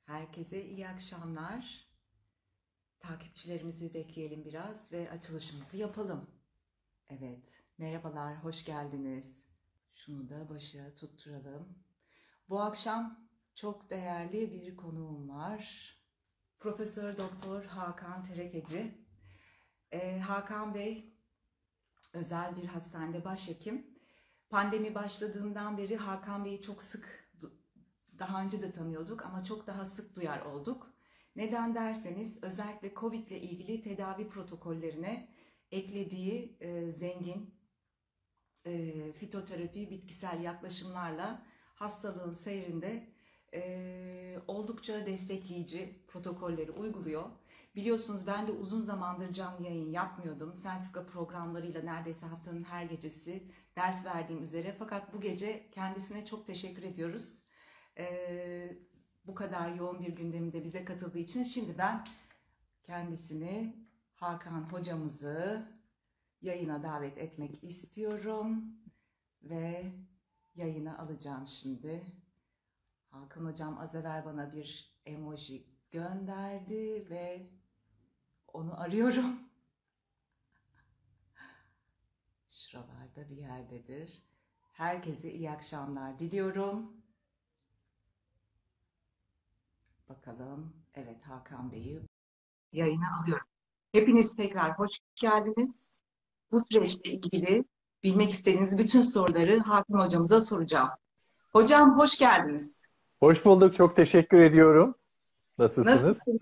Herkese iyi akşamlar. Takipçilerimizi bekleyelim biraz ve açılışımızı yapalım. Evet, merhabalar, hoş geldiniz. Şunu da başa tutturalım. Bu akşam çok değerli bir konuğum var. Profesör Doktor Hakan Terekeci. Hakan Bey özel bir hastanede başhekim. Pandemi başladığından beri Hakan Bey'i çok sık, daha önce de tanıyorduk ama çok daha sık duyar olduk. Neden derseniz özellikle COVID ile ilgili tedavi protokollerine eklediği zengin fitoterapi, bitkisel yaklaşımlarla hastalığın seyrinde oldukça destekleyici protokolleri uyguluyor. Biliyorsunuz ben de uzun zamandır canlı yayın yapmıyordum. Sertifika programlarıyla neredeyse haftanın her gecesi ders verdiğim üzere. Fakat bu gece kendisine çok teşekkür ediyoruz. Bu kadar yoğun bir gündemde bize katıldığı için. Şimdi ben kendisini, Hakan hocamızı yayına davet etmek istiyorum ve yayına alacağım şimdi. Hakan hocam az evvel bana bir emoji gönderdi ve onu arıyorum. Şuralarda bir yerdedir. Herkese iyi akşamlar diliyorum. Bakalım. Evet, Hakan Bey'i yayına alıyorum. Hepiniz tekrar hoş geldiniz. Bu süreçle ilgili bilmek istediğiniz bütün soruları Hakan hocamıza soracağım. Hocam hoş geldiniz. Hoş bulduk. Çok teşekkür ediyorum. Nasılsınız? Nasılsınız?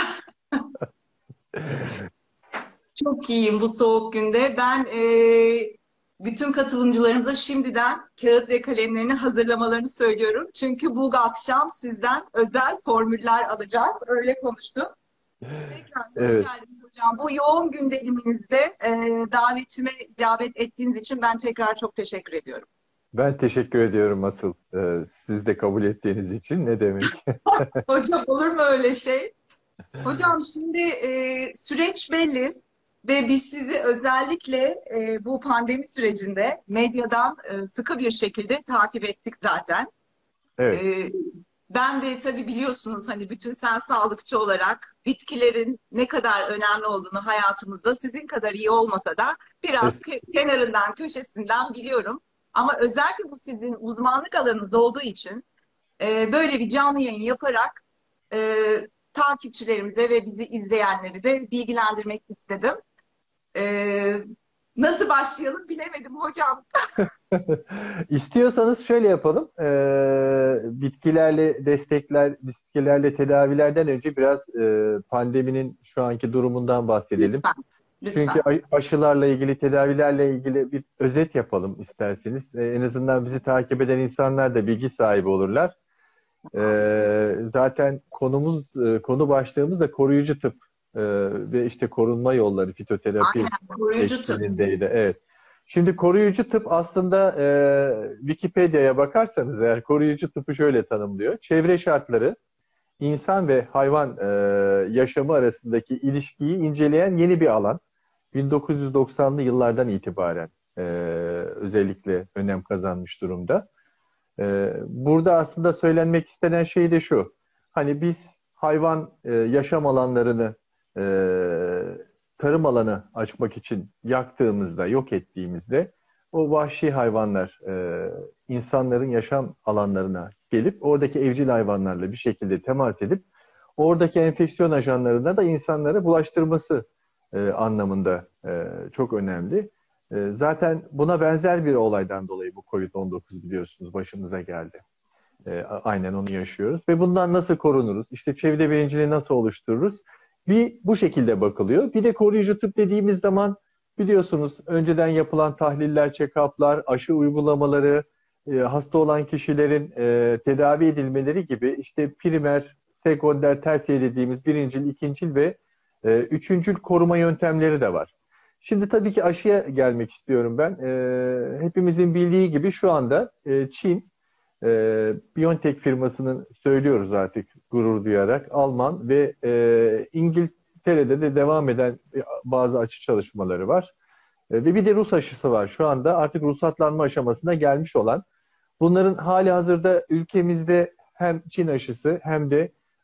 Çok iyiyim bu soğuk günde. Ben bütün katılımcılarımıza şimdiden kağıt ve kalemlerini hazırlamalarını söylüyorum. Çünkü bu akşam sizden özel formüller alacağız. Öyle konuştuk. Tekrar hoş Evet. geldiniz hocam. Bu yoğun gündeminizde davetime icabet ettiğiniz için ben tekrar çok teşekkür ediyorum. Ben teşekkür ediyorum asıl. Siz de kabul ettiğiniz için. Ne demek? Hocam olur mu öyle şey? Hocam şimdi süreç belli ve biz sizi özellikle bu pandemi sürecinde medyadan sıkı bir şekilde takip ettik zaten. E, Evet. Ben de tabii biliyorsunuz hani bütünsel sağlıkçı olarak bitkilerin ne kadar önemli olduğunu hayatımızda sizin kadar iyi olmasa da biraz Es- kenarından, köşesinden biliyorum. Ama özellikle bu sizin uzmanlık alanınız olduğu için böyle bir canlı yayın yaparak e, takipçilerimize ve bizi izleyenleri de bilgilendirmek istedim. E, Nasıl başlayalım bilemedim hocam. İstiyorsanız şöyle yapalım. Bitkilerle destekler, bitkilerle tedavilerden önce biraz pandeminin şu anki durumundan bahsedelim. Lütfen, Çünkü lütfen. aşılarla ilgili, tedavilerle ilgili bir özet yapalım isterseniz. En azından bizi takip eden insanlar da bilgi sahibi olurlar. Zaten konu başlığımız da koruyucu tıp ve işte korunma yolları, fitoterapi Aynen, koruyucu tıp. eşliğindeydi. Evet. Şimdi koruyucu tıp aslında Wikipedia'ya bakarsanız eğer koruyucu tıpı şöyle tanımlıyor. Çevre şartları, insan ve hayvan yaşamı arasındaki ilişkiyi inceleyen yeni bir alan. 1990'lı yıllardan itibaren özellikle önem kazanmış durumda. Burada aslında söylenmek istenen şey de şu. Hani biz hayvan yaşam alanlarını e, tarım alanı açmak için yaktığımızda, yok ettiğimizde o vahşi hayvanlar insanların yaşam alanlarına gelip oradaki evcil hayvanlarla bir şekilde temas edip oradaki enfeksiyon ajanlarına da insanlara bulaştırması anlamında çok önemli. Zaten buna benzer bir olaydan dolayı bu COVID-19 biliyorsunuz başımıza geldi. Aynen onu yaşıyoruz. Ve bundan nasıl korunuruz? İşte çevre bilincini nasıl oluştururuz? Bir bu şekilde bakılıyor. Bir de koruyucu tıp dediğimiz zaman biliyorsunuz önceden yapılan tahliller, check-up'lar, aşı uygulamaları, hasta olan kişilerin tedavi edilmeleri gibi işte primer, sekonder, tersiye dediğimiz birincil, ikincil ve üçüncül koruma yöntemleri de var. Şimdi tabii ki aşıya gelmek istiyorum ben. Hepimizin bildiği gibi şu anda Çin, BioNTech firmasının söylüyoruz artık gurur duyarak Alman ve İngiltere'de de devam eden bazı aşı çalışmaları var. Ve bir de Rus aşısı var. Şu anda artık ruhsatlanma aşamasına gelmiş olan. Bunların hali hazırda ülkemizde hem Çin aşısı hem de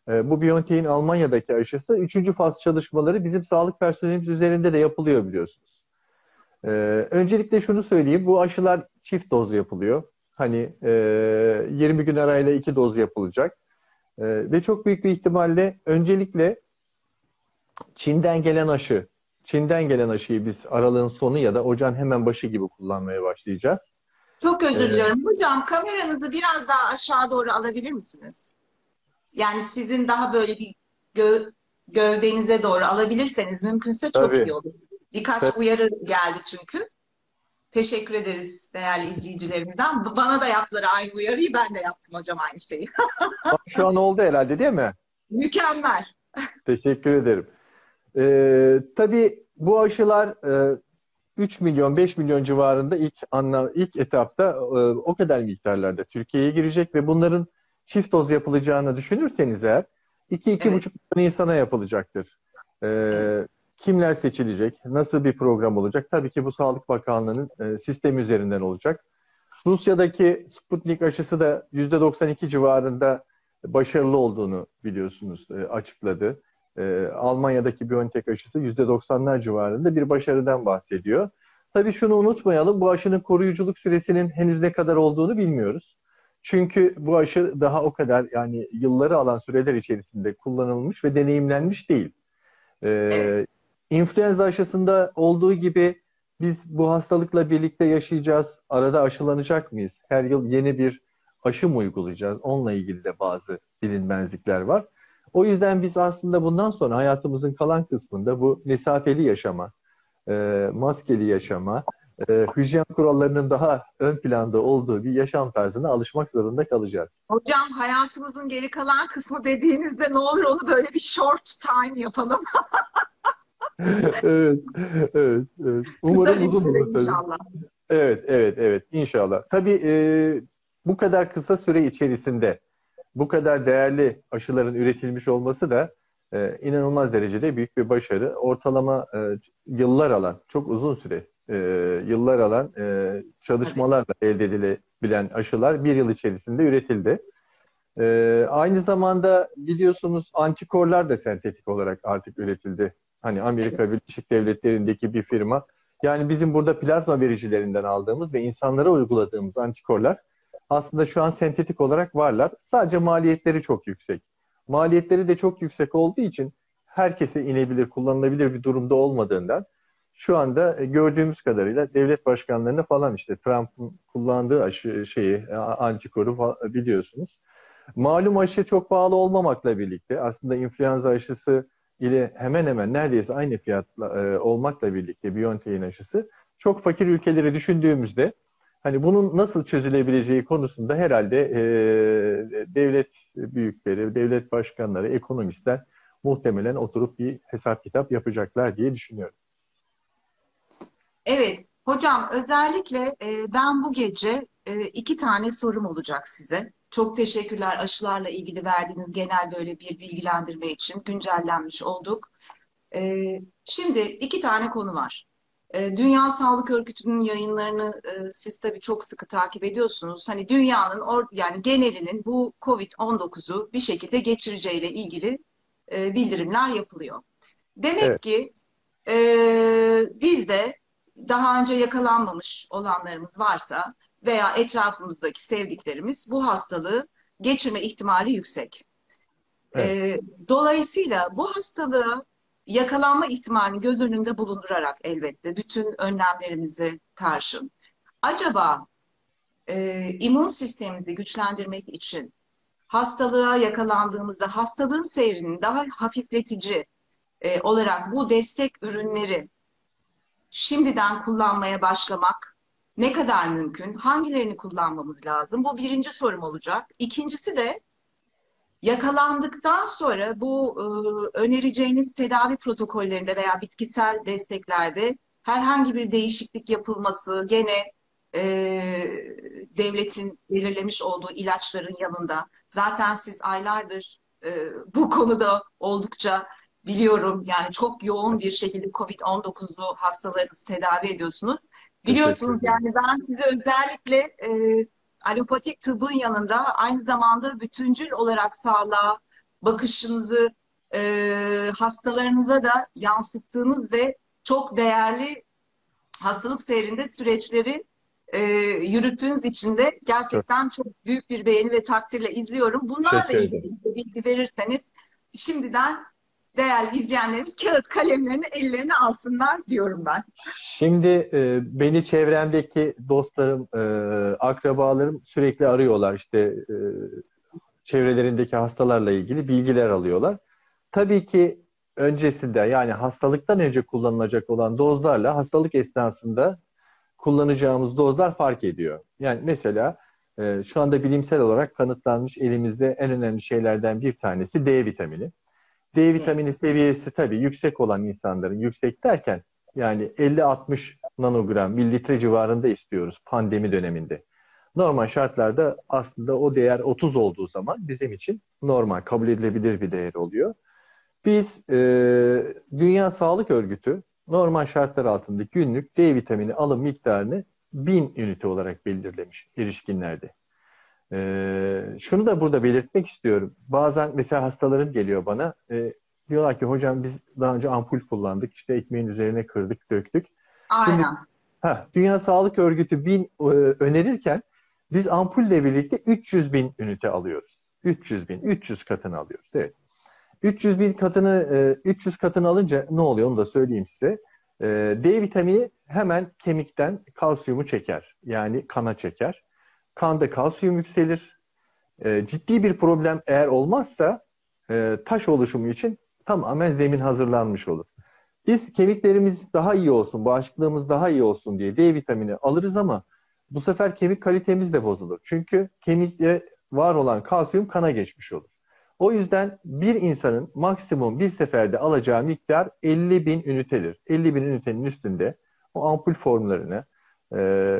Bu BioNTech'in Almanya'daki aşısı. Üçüncü faz çalışmaları bizim sağlık personelimiz üzerinde de yapılıyor biliyorsunuz. Öncelikle şunu söyleyeyim. Bu aşılar çift doz yapılıyor. Hani 20 gün arayla 2 doz yapılacak. Ve çok büyük bir ihtimalle öncelikle Çin'den gelen aşı, Çin'den gelen aşıyı biz aralığın sonu ya da ocağın hemen başı gibi kullanmaya başlayacağız. Çok özür Ee, diliyorum. Hocam kameranızı biraz daha aşağı doğru alabilir misiniz? Yani sizin daha böyle bir gövdenize doğru alabilirseniz mümkünse çok iyi tabii, olur. Birkaç tabii. uyarı geldi çünkü. Teşekkür ederiz değerli izleyicilerimizden. Bana da yaptılar aynı uyarıyı, ben de yaptım hocam aynı şeyi. Şu an oldu herhalde değil mi? Mükemmel. Teşekkür ederim. Tabii bu aşılar 3 milyon, 5 milyon civarında ilk etapta o kadar miktarlarda Türkiye'ye girecek ve bunların çift doz yapılacağını düşünürseniz eğer 2 Evet, buçuk milyon insana yapılacaktır. evet, Kimler seçilecek? Nasıl bir program olacak? Tabii ki bu Sağlık Bakanlığı'nın sistemi üzerinden olacak. Rusya'daki Sputnik aşısı da %92 civarında başarılı olduğunu biliyorsunuz açıkladı. Almanya'daki BioNTech aşısı %90'lar civarında bir başarıdan bahsediyor. Tabii şunu unutmayalım, bu aşının koruyuculuk süresinin henüz ne kadar olduğunu bilmiyoruz. Çünkü bu aşı daha o kadar yani yılları alan süreler içerisinde kullanılmış ve deneyimlenmiş değil. evet. İnfluenza aşısında olduğu gibi biz bu hastalıkla birlikte yaşayacağız. Arada aşılanacak mıyız? Her yıl yeni bir aşı mı uygulayacağız? Onunla ilgili de bazı bilinmezlikler var. O yüzden biz aslında bundan sonra hayatımızın kalan kısmında bu mesafeli yaşama, maskeli yaşama, hijyen kurallarının daha ön planda olduğu bir yaşam tarzına alışmak zorunda kalacağız. Hocam hayatımızın geri kalan kısmı dediğinizde ne olur onu böyle bir short time yapalım. Evet, evet, evet. Kısa Umarım bir uzun süre olur tabii. inşallah. Evet, evet, evet. İnşallah. Tabii bu kadar kısa süre içerisinde bu kadar değerli aşıların üretilmiş olması da inanılmaz derecede büyük bir başarı. Ortalama yıllar alan, çok uzun süre yıllar alan Tabii. çalışmalarla elde edilebilen aşılar bir yıl içerisinde üretildi. Aynı zamanda biliyorsunuz antikorlar da sentetik olarak artık üretildi. Hani Evet. Amerika Birleşik Devletleri'ndeki bir firma. Yani bizim burada plazma vericilerinden aldığımız ve insanlara uyguladığımız antikorlar aslında şu an sentetik olarak varlar. Sadece maliyetleri çok yüksek. Maliyetleri de çok yüksek olduğu için herkese inebilir, kullanılabilir bir durumda olmadığından şu anda gördüğümüz kadarıyla devlet başkanlarına falan işte Trump'ın kullandığı antikoru biliyorsunuz. Malum aşı çok pahalı olmamakla birlikte aslında influenza aşısı ile hemen hemen neredeyse aynı fiyatla olmakla birlikte BioNTech'in aşısı çok fakir ülkeleri düşündüğümüzde hani bunun nasıl çözülebileceği konusunda herhalde devlet büyükleri, devlet başkanları, ekonomistler muhtemelen oturup bir hesap kitap yapacaklar diye düşünüyorum. Evet, hocam özellikle ben bu gece iki tane sorum olacak size. Çok teşekkürler aşılarla ilgili verdiğiniz genel böyle bir bilgilendirme için güncellenmiş olduk. Şimdi iki tane konu var. Dünya Sağlık Örgütü'nün yayınlarını siz tabii çok sıkı takip ediyorsunuz. Hani dünyanın yani genelinin bu COVID-19'u bir şekilde geçireceğiyle ilgili bildirimler yapılıyor. Demek Evet, ki biz de daha önce yakalanmamış olanlarımız varsa veya etrafımızdaki sevdiklerimiz bu hastalığı geçirme ihtimali yüksek. evet. Dolayısıyla bu hastalığa yakalanma ihtimalini göz önünde bulundurarak elbette bütün önlemlerimizi karşın. Acaba immün sistemimizi güçlendirmek için hastalığa yakalandığımızda hastalığın seyrinin daha hafifletici olarak bu destek ürünleri şimdiden kullanmaya başlamak ne kadar mümkün? Hangilerini kullanmamız lazım? Bu birinci sorum olacak. İkincisi de yakalandıktan sonra bu önereceğiniz tedavi protokollerinde veya bitkisel desteklerde herhangi bir değişiklik yapılması gene e, devletin belirlemiş olduğu ilaçların yanında. Zaten siz aylardır bu konuda oldukça biliyorum yani çok yoğun bir şekilde COVID-19'lu hastalarınızı tedavi ediyorsunuz. Teşekkür Biliyorsunuz ederim. yani ben size özellikle alopatik tıbbın yanında aynı zamanda bütüncül olarak sağlığa bakışınızı hastalarınıza da yansıttığınız ve çok değerli hastalık seyrinde süreçleri yürüttüğünüz için de Çok gerçekten çok büyük bir beğeni ve takdirle izliyorum. Bunlarla teşekkür ilgili ederim. bize bilgi verirseniz şimdiden değerli izleyenlerimiz kağıt kalemlerini ellerine alsınlar diyorum ben. Şimdi beni çevremdeki dostlarım, akrabalarım sürekli arıyorlar. İşte çevrelerindeki hastalarla ilgili bilgiler alıyorlar. Tabii ki öncesinde yani hastalıktan önce kullanılacak olan dozlarla hastalık esnasında kullanacağımız dozlar fark ediyor. Yani mesela şu anda bilimsel olarak kanıtlanmış elimizde en önemli şeylerden bir tanesi D vitamini. D Evet. vitamini seviyesi tabii yüksek olan insanların, yüksek derken yani 50-60 nanogram mililitre civarında istiyoruz pandemi döneminde. Normal şartlarda aslında o değer 30 olduğu zaman bizim için normal, kabul edilebilir bir değer oluyor. Biz Dünya Sağlık Örgütü normal şartlar altında günlük D vitamini alım miktarını 1000 ünite olarak belirlemiş erişkinlerde. Şunu da burada belirtmek istiyorum. Bazen mesela hastalarım geliyor bana. Diyorlar ki hocam biz daha önce ampul kullandık. İşte ekmeğin üzerine kırdık, döktük. Şimdi Aynen. Dünya Sağlık Örgütü 1000 önerirken biz ampulle birlikte 300 bin ünite alıyoruz. 300 bin, 300 katını alıyoruz. Evet. 300 bin katını 300 katını alınca ne oluyor onu da söyleyeyim size. D vitamini hemen kemikten kalsiyumu çeker. Yani kana çeker. Kanda kalsiyum yükselir. Ciddi bir problem eğer olmazsa taş oluşumu için tamamen zemin hazırlanmış olur. Biz kemiklerimiz daha iyi olsun, bağışıklığımız daha iyi olsun diye D vitamini alırız ama bu sefer kemik kalitemiz de bozulur. Çünkü kemikte var olan kalsiyum kana geçmiş olur. O yüzden bir insanın maksimum bir seferde alacağı miktar 50 bin ünitedir. 50 bin ünitenin üstünde o ampul formlarını e,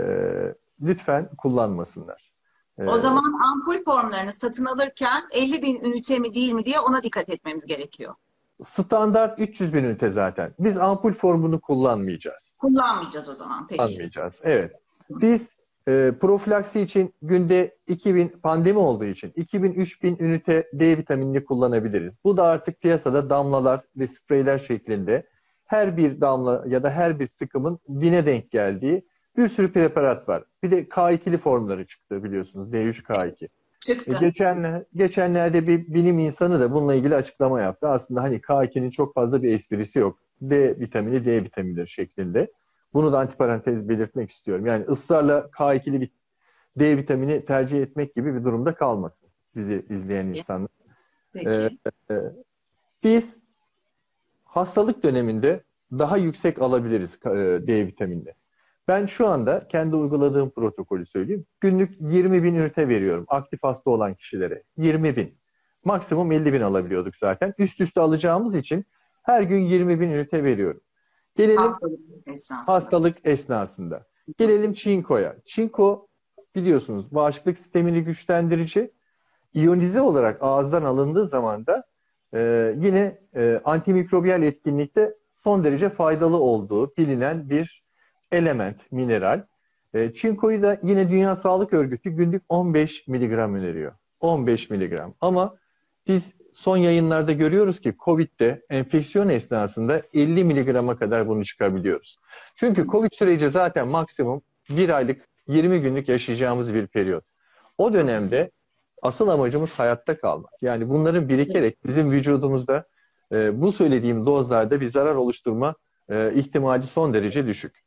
lütfen kullanmasınlar. O E, zaman ampul formlarını satın alırken 50 bin ünite mi değil mi diye ona dikkat etmemiz gerekiyor. Standart 300 bin ünite zaten. Biz ampul formunu kullanmayacağız. Kullanmayacağız o zaman. Peki. Kullanmayacağız. Evet. Biz profilaksi için günde 2000 pandemi olduğu için 2000-3000 ünite D vitaminini kullanabiliriz. Bu da artık piyasada damlalar ve spreyler şeklinde her bir damla ya da her bir sıkımın bine denk geldiği bir sürü preparat var. Bir de K2'li formları çıktı biliyorsunuz. D3K2. Çıktı. Geçenlerde bir bilim insanı da bununla ilgili açıklama yaptı. Aslında hani K2'nin çok fazla bir esprisi yok. D vitamini D vitaminidir şeklinde. Bunu da antiparantez belirtmek istiyorum. Yani ısrarla K2'li bir D vitamini tercih etmek gibi bir durumda kalmasın bizi izleyen insanlar. Ee, Peki. e, Biz hastalık döneminde daha yüksek alabiliriz D vitaminini. Ben şu anda kendi uyguladığım protokolü söyleyeyim. Günlük 20 bin ünite veriyorum aktif hasta olan kişilere. 20 bin. Maksimum 50 bin alabiliyorduk zaten. Üst üste alacağımız için her gün 20 bin ünite veriyorum. Gelelim Hastalık esnasında. hastalık esnasında. Gelelim çinkoya. Çinko biliyorsunuz bağışıklık sistemini güçlendirici. İyonize olarak ağızdan alındığı zaman da yine antimikrobiyal etkinlikte son derece faydalı olduğu bilinen bir element, mineral. Çinkoyu da yine Dünya Sağlık Örgütü günlük 15 miligram öneriyor. 15 miligram. Ama biz son yayınlarda görüyoruz ki COVID'de enfeksiyon esnasında 50 miligrama kadar bunu çıkabiliyoruz. Çünkü COVID süreci zaten maksimum 1 aylık 20 günlük yaşayacağımız bir periyot. O dönemde asıl amacımız hayatta kalmak. Yani bunların birikerek bizim vücudumuzda bu söylediğim dozlarda bir zarar oluşturma ihtimali son derece düşük.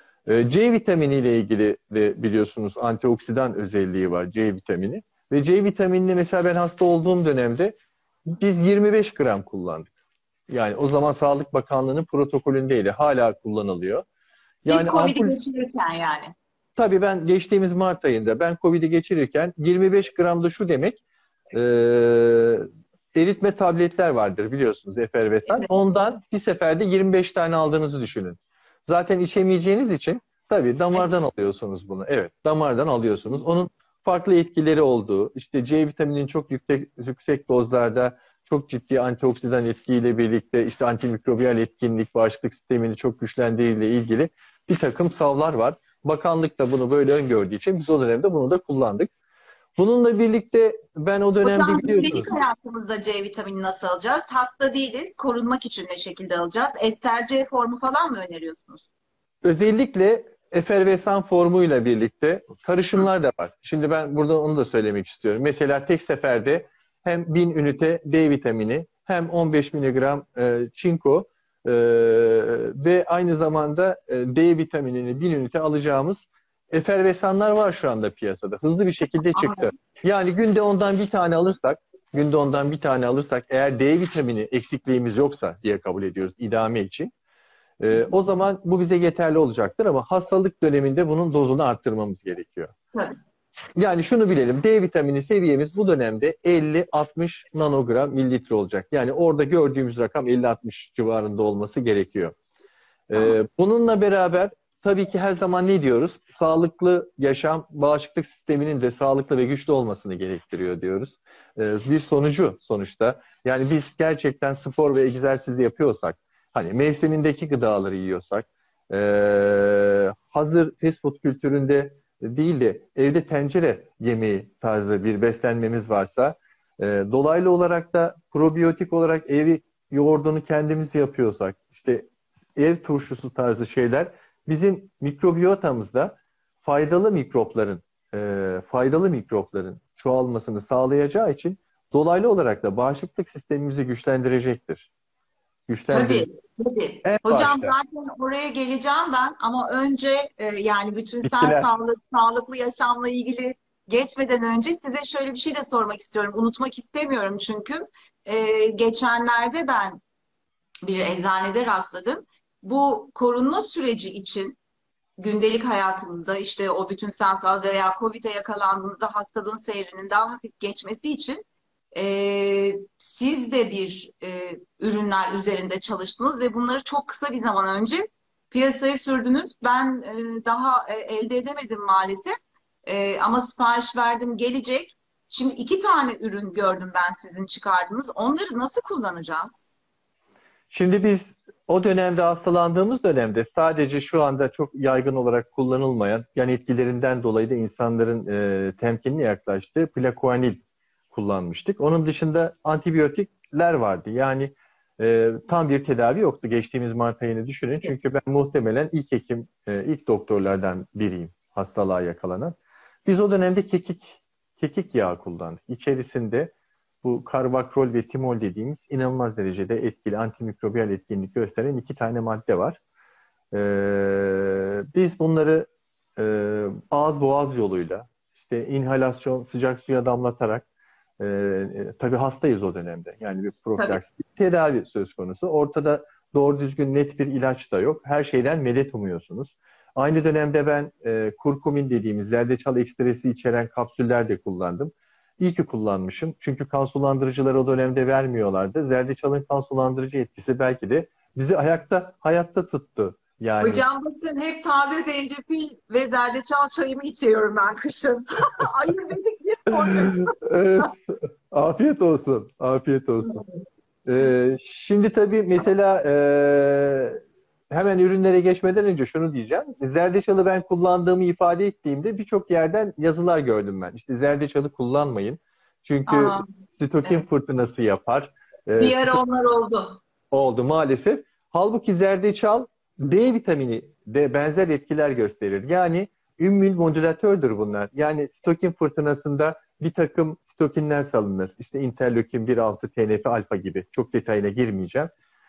C vitamini ile ilgili de biliyorsunuz antioksidan özelliği var C vitamini. Ve C vitaminini mesela ben hasta olduğum dönemde biz 25 gram kullandık. Yani o zaman Sağlık Bakanlığı'nın protokolündeydi. Hala kullanılıyor. Siz Yani COVID'i ampul geçirirken yani. tabii ben geçtiğimiz Mart ayında ben Covid'i geçirirken 25 gram da şu demek e, eritme tabletler vardır biliyorsunuz efervesan. Evet. Ondan bir seferde 25 tane aldığınızı düşünün. Zaten içemeyeceğiniz için tabii damardan alıyorsunuz bunu. Evet, damardan alıyorsunuz. Onun farklı etkileri olduğu, işte C vitaminin çok yüksek dozlarda çok ciddi antioksidan etkiyle birlikte işte antimikrobiyal etkinlik, bağışıklık sistemini çok güçlendiğiyle ilgili bir takım savlar var. Bakanlık da bunu böyle öngördüğü için biz o dönemde bunu da kullandık. Bununla birlikte ben o dönemde Hocam biliyorsunuz gündelik hayatımızda C vitamini nasıl alacağız? Hasta değiliz. Korunmak için ne şekilde alacağız? Ester C formu falan mı öneriyorsunuz? özellikle efervesan formuyla birlikte Hı. karışımlar da var. Şimdi ben burada onu da söylemek istiyorum. Mesela tek seferde hem 1000 ünite D vitamini hem 15 miligram çinko ve aynı zamanda D vitaminini 1000 ünite alacağımız efervesanlar var şu anda piyasada. Hızlı bir şekilde çıktı. Anladım. Yani günde ondan bir tane alırsak eğer D vitamini eksikliğimiz yoksa diye kabul ediyoruz idame için. O zaman bu bize yeterli olacaktır ama hastalık döneminde bunun dozunu arttırmamız gerekiyor. Tabii. Yani şunu bilelim, D vitamini seviyemiz bu dönemde 50-60 nanogram mililitre olacak. Yani orada gördüğümüz rakam 50-60 civarında olması gerekiyor. Tamam. Bununla beraber tabii ki her zaman ne diyoruz? Sağlıklı yaşam, bağışıklık sisteminin de sağlıklı ve güçlü olmasını gerektiriyor diyoruz. Bir sonucu sonuçta. Yani biz gerçekten spor ve egzersiz yapıyorsak, hani mevsimindeki gıdaları yiyorsak, hazır fast food kültüründe değil de evde tencere yemeği tarzı bir beslenmemiz varsa, dolaylı olarak da probiyotik olarak ev yoğurdunu kendimiz yapıyorsak, işte ev turşusu tarzı şeyler bizim mikrobiyotamızda faydalı mikropların çoğalmasını sağlayacağı için dolaylı olarak da bağışıklık sistemimizi güçlendirecektir. Tabii, Güçlendirecek. tabii. En Hocam başta zaten oraya geleceğim ben ama önce yani bütünsel bitkiler. sağlık, sağlıklı yaşamla ilgili geçmeden önce size şöyle bir şey de sormak istiyorum. Unutmak istemiyorum çünkü geçenlerde ben bir eczanede rastladım. Bu korunma süreci için gündelik hayatımızda işte o bütünsel sağlık veya COVID'e yakalandığımızda hastalığın seyrinin daha hafif geçmesi için siz de bir ürünler üzerinde çalıştınız ve bunları çok kısa bir zaman önce piyasaya sürdünüz. Ben daha elde edemedim maalesef. Ama sipariş verdim gelecek. Şimdi 2 tane ürün gördüm ben sizin çıkardınız. Onları nasıl kullanacağız? Şimdi biz o dönemde hastalandığımız dönemde sadece şu anda çok yaygın olarak kullanılmayan yan etkilerinden dolayı da insanların temkinli yaklaştığı plakuanil kullanmıştık. Onun dışında antibiyotikler vardı. Yani tam bir tedavi yoktu. Geçtiğimiz Mart ayını düşünün. Çünkü ben muhtemelen ilk doktorlardan biriyim hastalığa yakalanan. Biz o dönemde kekik yağı kullandık. İçerisinde bu karbakrol ve timol dediğimiz inanılmaz derecede etkili antimikrobiyal etkinlik gösteren 2 tane madde var. Biz bunları ağız boğaz yoluyla işte inhalasyon sıcak suya damlatarak tabii hastayız o dönemde. Yani bir Tabii. profilaks bir tedavi söz konusu. Ortada doğru düzgün net bir ilaç da yok. Her şeyden medet umuyorsunuz. Aynı dönemde ben kurkumin dediğimiz zerdeçal ekstresi içeren kapsüller de kullandım. İyi ki kullanmışım. Çünkü kan sulandırıcıları o dönemde vermiyorlardı. Zerdeçalın kan sulandırıcı etkisi belki de bizi hayatta tuttu. Yani Hocam bakın hep taze zencefil ve zerdeçal çayımı içiyorum ben kışın. Ayurvedik bir formül. evet, afiyet olsun. Afiyet olsun. Şimdi tabii mesela hemen ürünlere geçmeden önce şunu diyeceğim. Zerdeçalı ben kullandığımı ifade ettiğimde birçok yerden yazılar gördüm ben. İşte zerdeçalı kullanmayın. Çünkü Aa, sitokin evet. fırtınası yapar. Bir ara onlar oldu. Oldu maalesef. Halbuki zerdeçal D vitamini de benzer etkiler gösterir. Yani immün modülatördür bunlar. Yani sitokin fırtınasında bir takım sitokinler salınır. İşte interleukin 1,6, TNF alfa gibi. Çok detayına girmeyeceğim.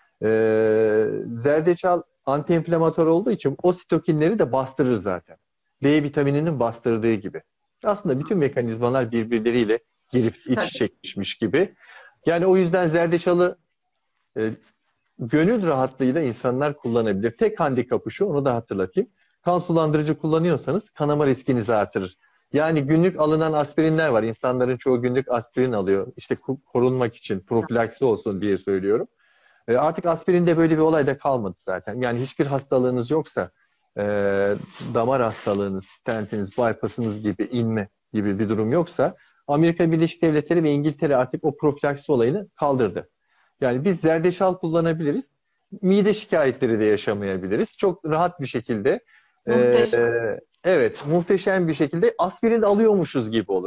Zerdeçal antiinflamatör olduğu için o sitokinleri de bastırır zaten. D vitamininin bastırdığı gibi. Aslında bütün mekanizmalar birbirleriyle girip iç Tabii. içe geçmiş gibi. Yani o yüzden zerdeçalı e, gönül rahatlığıyla insanlar kullanabilir. Tek handikapı şu, onu da hatırlatayım. Kan sulandırıcı kullanıyorsanız kanama riskinizi artırır. Yani günlük alınan aspirinler var. İnsanların çoğu günlük aspirin alıyor. İşte korunmak için, profilaksi olsun diye söylüyorum. Artık aspirinde böyle bir olay da kalmadı zaten. Yani hiçbir hastalığınız yoksa, e, damar hastalığınız, stentiniz, bypassınız gibi inme gibi bir durum yoksa, Amerika Birleşik Devletleri ve İngiltere artık o profilaksi olayını kaldırdı. Yani biz zerdeçal kullanabiliriz. Mide şikayetleri de yaşamayabiliriz. Çok rahat bir şekilde, Muhteşem. evet, muhteşem bir şekilde aspirin alıyormuşuz gibi olur.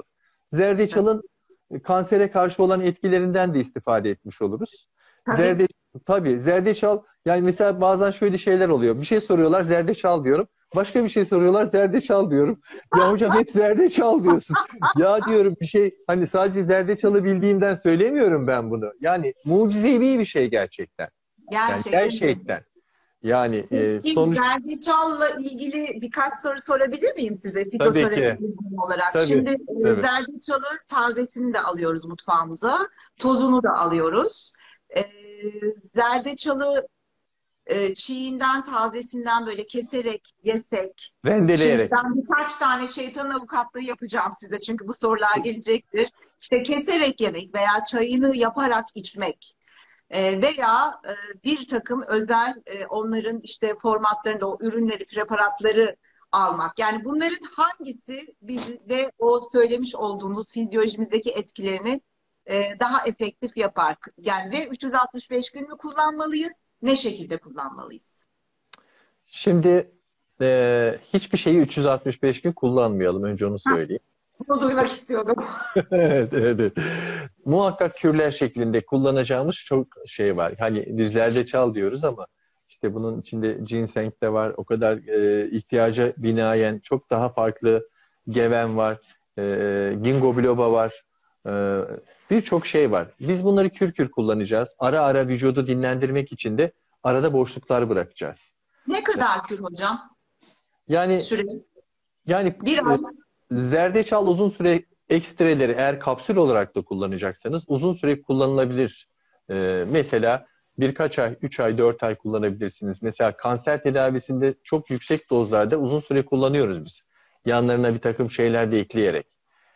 Zerdeçalın kansere karşı olan etkilerinden de istifade etmiş oluruz. Tabii. Tabii zerdeçal, yani mesela bazen şöyle şeyler oluyor. Bir şey soruyorlar, zerdeçal diyorum. Başka bir şey soruyorlar, zerdeçal diyorum. Ya hocam hep zerdeçal diyorsun. Ya diyorum, bir şey, hani sadece zerdeçalı bildiğimden söylemiyorum ben bunu. Yani mucizevi bir şey gerçekten. Yani Gerçekten. gerçekten. Yani Peki, sonuç zerdeçalla ilgili birkaç soru sorabilir miyim size tabii fitoterapi ki. uzmanı olarak? Tabii. Şimdi Tabii. zerdeçalı tazesini de alıyoruz mutfağımıza, tozunu da alıyoruz. E, Zerdeçalı çiğinden, tazesinden böyle keserek yesek, Rendeleyerek. şimdiden birkaç tane şeytan avukatlığı yapacağım size çünkü bu sorular gelecektir. İşte keserek yemek veya çayını yaparak içmek. Veya bir takım özel onların işte formatlarında o ürünleri, preparatları almak. Yani bunların hangisi bizde o söylemiş olduğumuz fizyolojimizdeki etkilerini daha efektif yapar? Yani ve 365 gün mü kullanmalıyız? Ne şekilde kullanmalıyız? Şimdi hiçbir şeyi 365 gün kullanmayalım. Önce onu Hah, söyleyeyim. bunu duymak istiyordum. Evet, evet, evet. Muhakkak kürler şeklinde kullanacağımız çok şey var. Hani bir zerdeçal diyoruz ama işte bunun içinde ginseng de var. O kadar ihtiyaca binaen çok daha farklı geven var. Ginkgo biloba var. E, Birçok şey var. Biz bunları kür kür kullanacağız. Ara ara vücudu dinlendirmek için de arada boşluklar bırakacağız. Ne kadar kür hocam? Yani Süre? yani Bir ay. zerdeçal uzun süre, ekstreleri eğer kapsül olarak da kullanacaksanız uzun süre kullanılabilir. Mesela birkaç ay, 3 ay, 4 ay kullanabilirsiniz. Mesela kanser tedavisinde çok yüksek dozlarda uzun süre kullanıyoruz biz. Yanlarına bir takım şeyler de ekleyerek.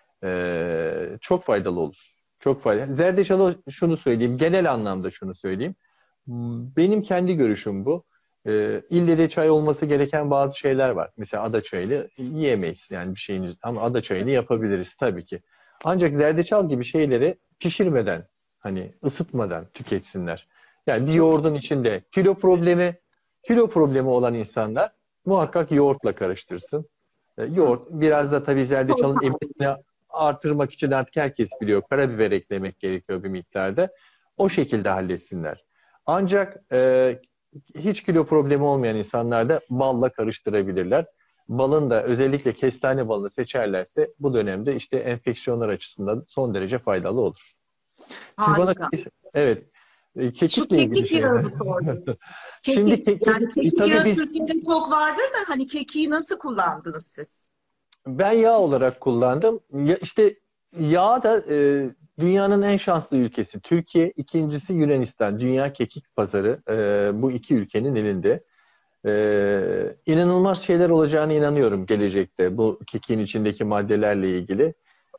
Çok faydalı olur. Çok faydalı. Zerdeçalı şunu söyleyeyim, genel anlamda şunu söyleyeyim. Benim kendi görüşüm bu. İlle de çay olması gereken bazı şeyler var. Mesela ada çayını yiyemeyiz yani bir şeyiniz, ama ada çayını yapabiliriz tabii ki. Ancak zerdeçal gibi şeyleri pişirmeden, hani ısıtmadan tüketsinler. Yani bir Çok yoğurdun içinde kilo problemi olan insanlar muhakkak yoğurtla karıştırsın. Yoğurt biraz da tabii çok zerdeçalın sağ emilimini artırmak için artık herkes biliyor. Karabiber eklemek gerekiyor bir miktarda. O şekilde halletsinler. Ancak hiç kilo problemi olmayan insanlar da balla karıştırabilirler. Balın da özellikle kestane balını seçerlerse bu dönemde işte enfeksiyonlar açısından son derece faydalı olur. Siz bana harika. evet, Şu kekikle ilgili kekik şey. yağını sordum. Şimdi Kekik. kekik Yani kekik tabii yağı biz Türkiye'de çok vardır da hani kekiği nasıl kullandınız siz? ben yağ olarak kullandım. Ya işte yağ da dünyanın en şanslı ülkesi. Türkiye, ikincisi Yunanistan. Dünya kekik pazarı bu iki ülkenin elinde. İnanılmaz şeyler olacağına inanıyorum gelecekte bu kekiğin içindeki maddelerle ilgili.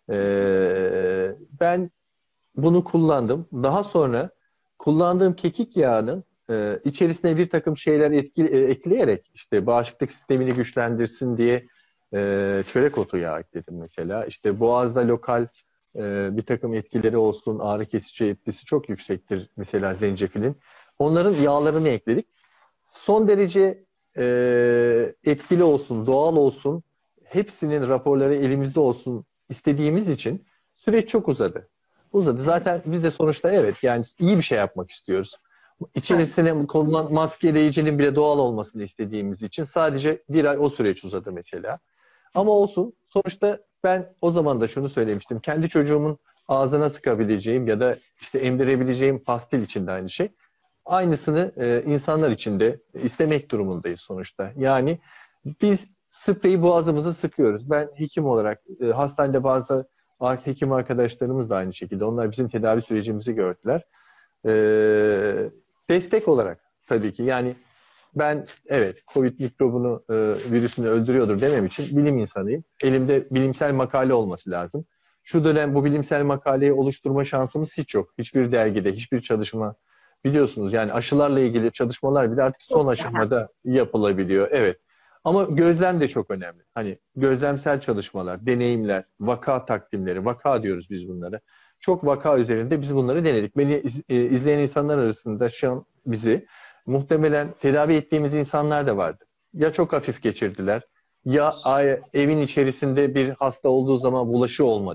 Ben bunu kullandım. Daha sonra kullandığım kekik yağının içerisine bir takım şeyler ekleyerek işte bağışıklık sistemini güçlendirsin diye çörek otu yağı ekledim mesela. İşte boğazda lokal bir takım etkileri olsun, ağrı kesici etkisi çok yüksektir mesela zencefilin. Onların yağlarını ekledik. Son derece etkili olsun, doğal olsun, hepsinin raporları elimizde olsun istediğimiz için süreç çok uzadı. Uzadı. Zaten biz de sonuçta evet yani iyi bir şey yapmak istiyoruz. Tabii. İçerisine konulan maskeleyicinin bile doğal olmasını istediğimiz için sadece bir ay o süreç uzadı mesela. Ama olsun. Sonuçta ben o zaman da şunu söylemiştim. Kendi çocuğumun ağzına sıkabileceğim ya da işte emdirebileceğim pastil için de aynı şey. Aynısını insanlar için de istemek durumundayız sonuçta. Yani biz spreyi boğazımıza sıkıyoruz. Ben hekim olarak hastanede bazı hekim arkadaşlarımız da aynı şekilde. Onlar bizim tedavi sürecimizi gördüler. E, Destek olarak tabii ki. Yani ben evet COVID mikrobunu, virüsünü öldürüyordur demem için bilim insanıyım. Elimde bilimsel makale olması lazım. Şu dönem bu bilimsel makaleyi oluşturma şansımız hiç yok. Hiçbir dergide, hiçbir çalışma. Biliyorsunuz yani aşılarla ilgili çalışmalar bile artık son Çok güzel. aşamada yapılabiliyor. Evet. Ama gözlem de çok önemli. Hani gözlemsel çalışmalar, deneyimler, vaka takdimleri, vaka diyoruz biz bunlara. Çok vaka üzerinde biz bunları denedik. Beni izleyen insanlar arasında şu an bizi muhtemelen tedavi ettiğimiz insanlar da vardı. Ya çok hafif geçirdiler, ya evin içerisinde bir hasta olduğu zaman bulaşı olmadı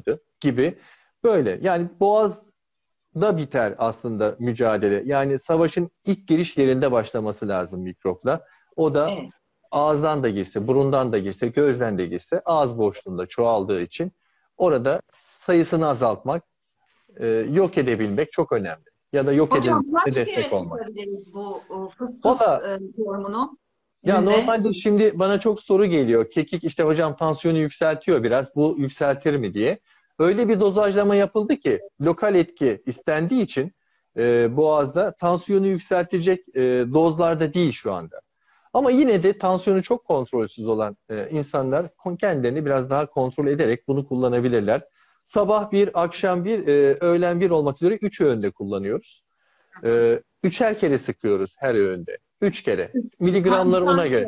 gibi böyle. Yani boğazda biter aslında mücadele. Yani savaşın ilk giriş yerinde başlaması lazım mikropla. O da Evet. ağızdan da girse, burundan da girse, gözden de girse ağız boşluğunda çoğaldığı için orada sayısını azaltmak, yok edebilmek çok önemli. Ya da yok Hocam edilmesine kaç kere destek olmak. sıkabiliriz bu fıs fıs Valla hormonu ya günde? normalde şimdi bana çok soru geliyor. Kekik işte hocam tansiyonu yükseltiyor biraz. Bu yükseltir mi diye. Öyle bir dozajlama yapıldı ki lokal etki istendiği için boğazda tansiyonu yükseltecek dozlarda değil şu anda. Ama yine de tansiyonu çok kontrolsüz olan insanlar kendilerini biraz daha kontrol ederek bunu kullanabilirler. Sabah bir, akşam bir, öğlen bir olmak üzere 3 öğünde kullanıyoruz. Üçer kere sıkıyoruz her öğünde. 3 kere. Ha, Miligramları ona üçer göre. kere.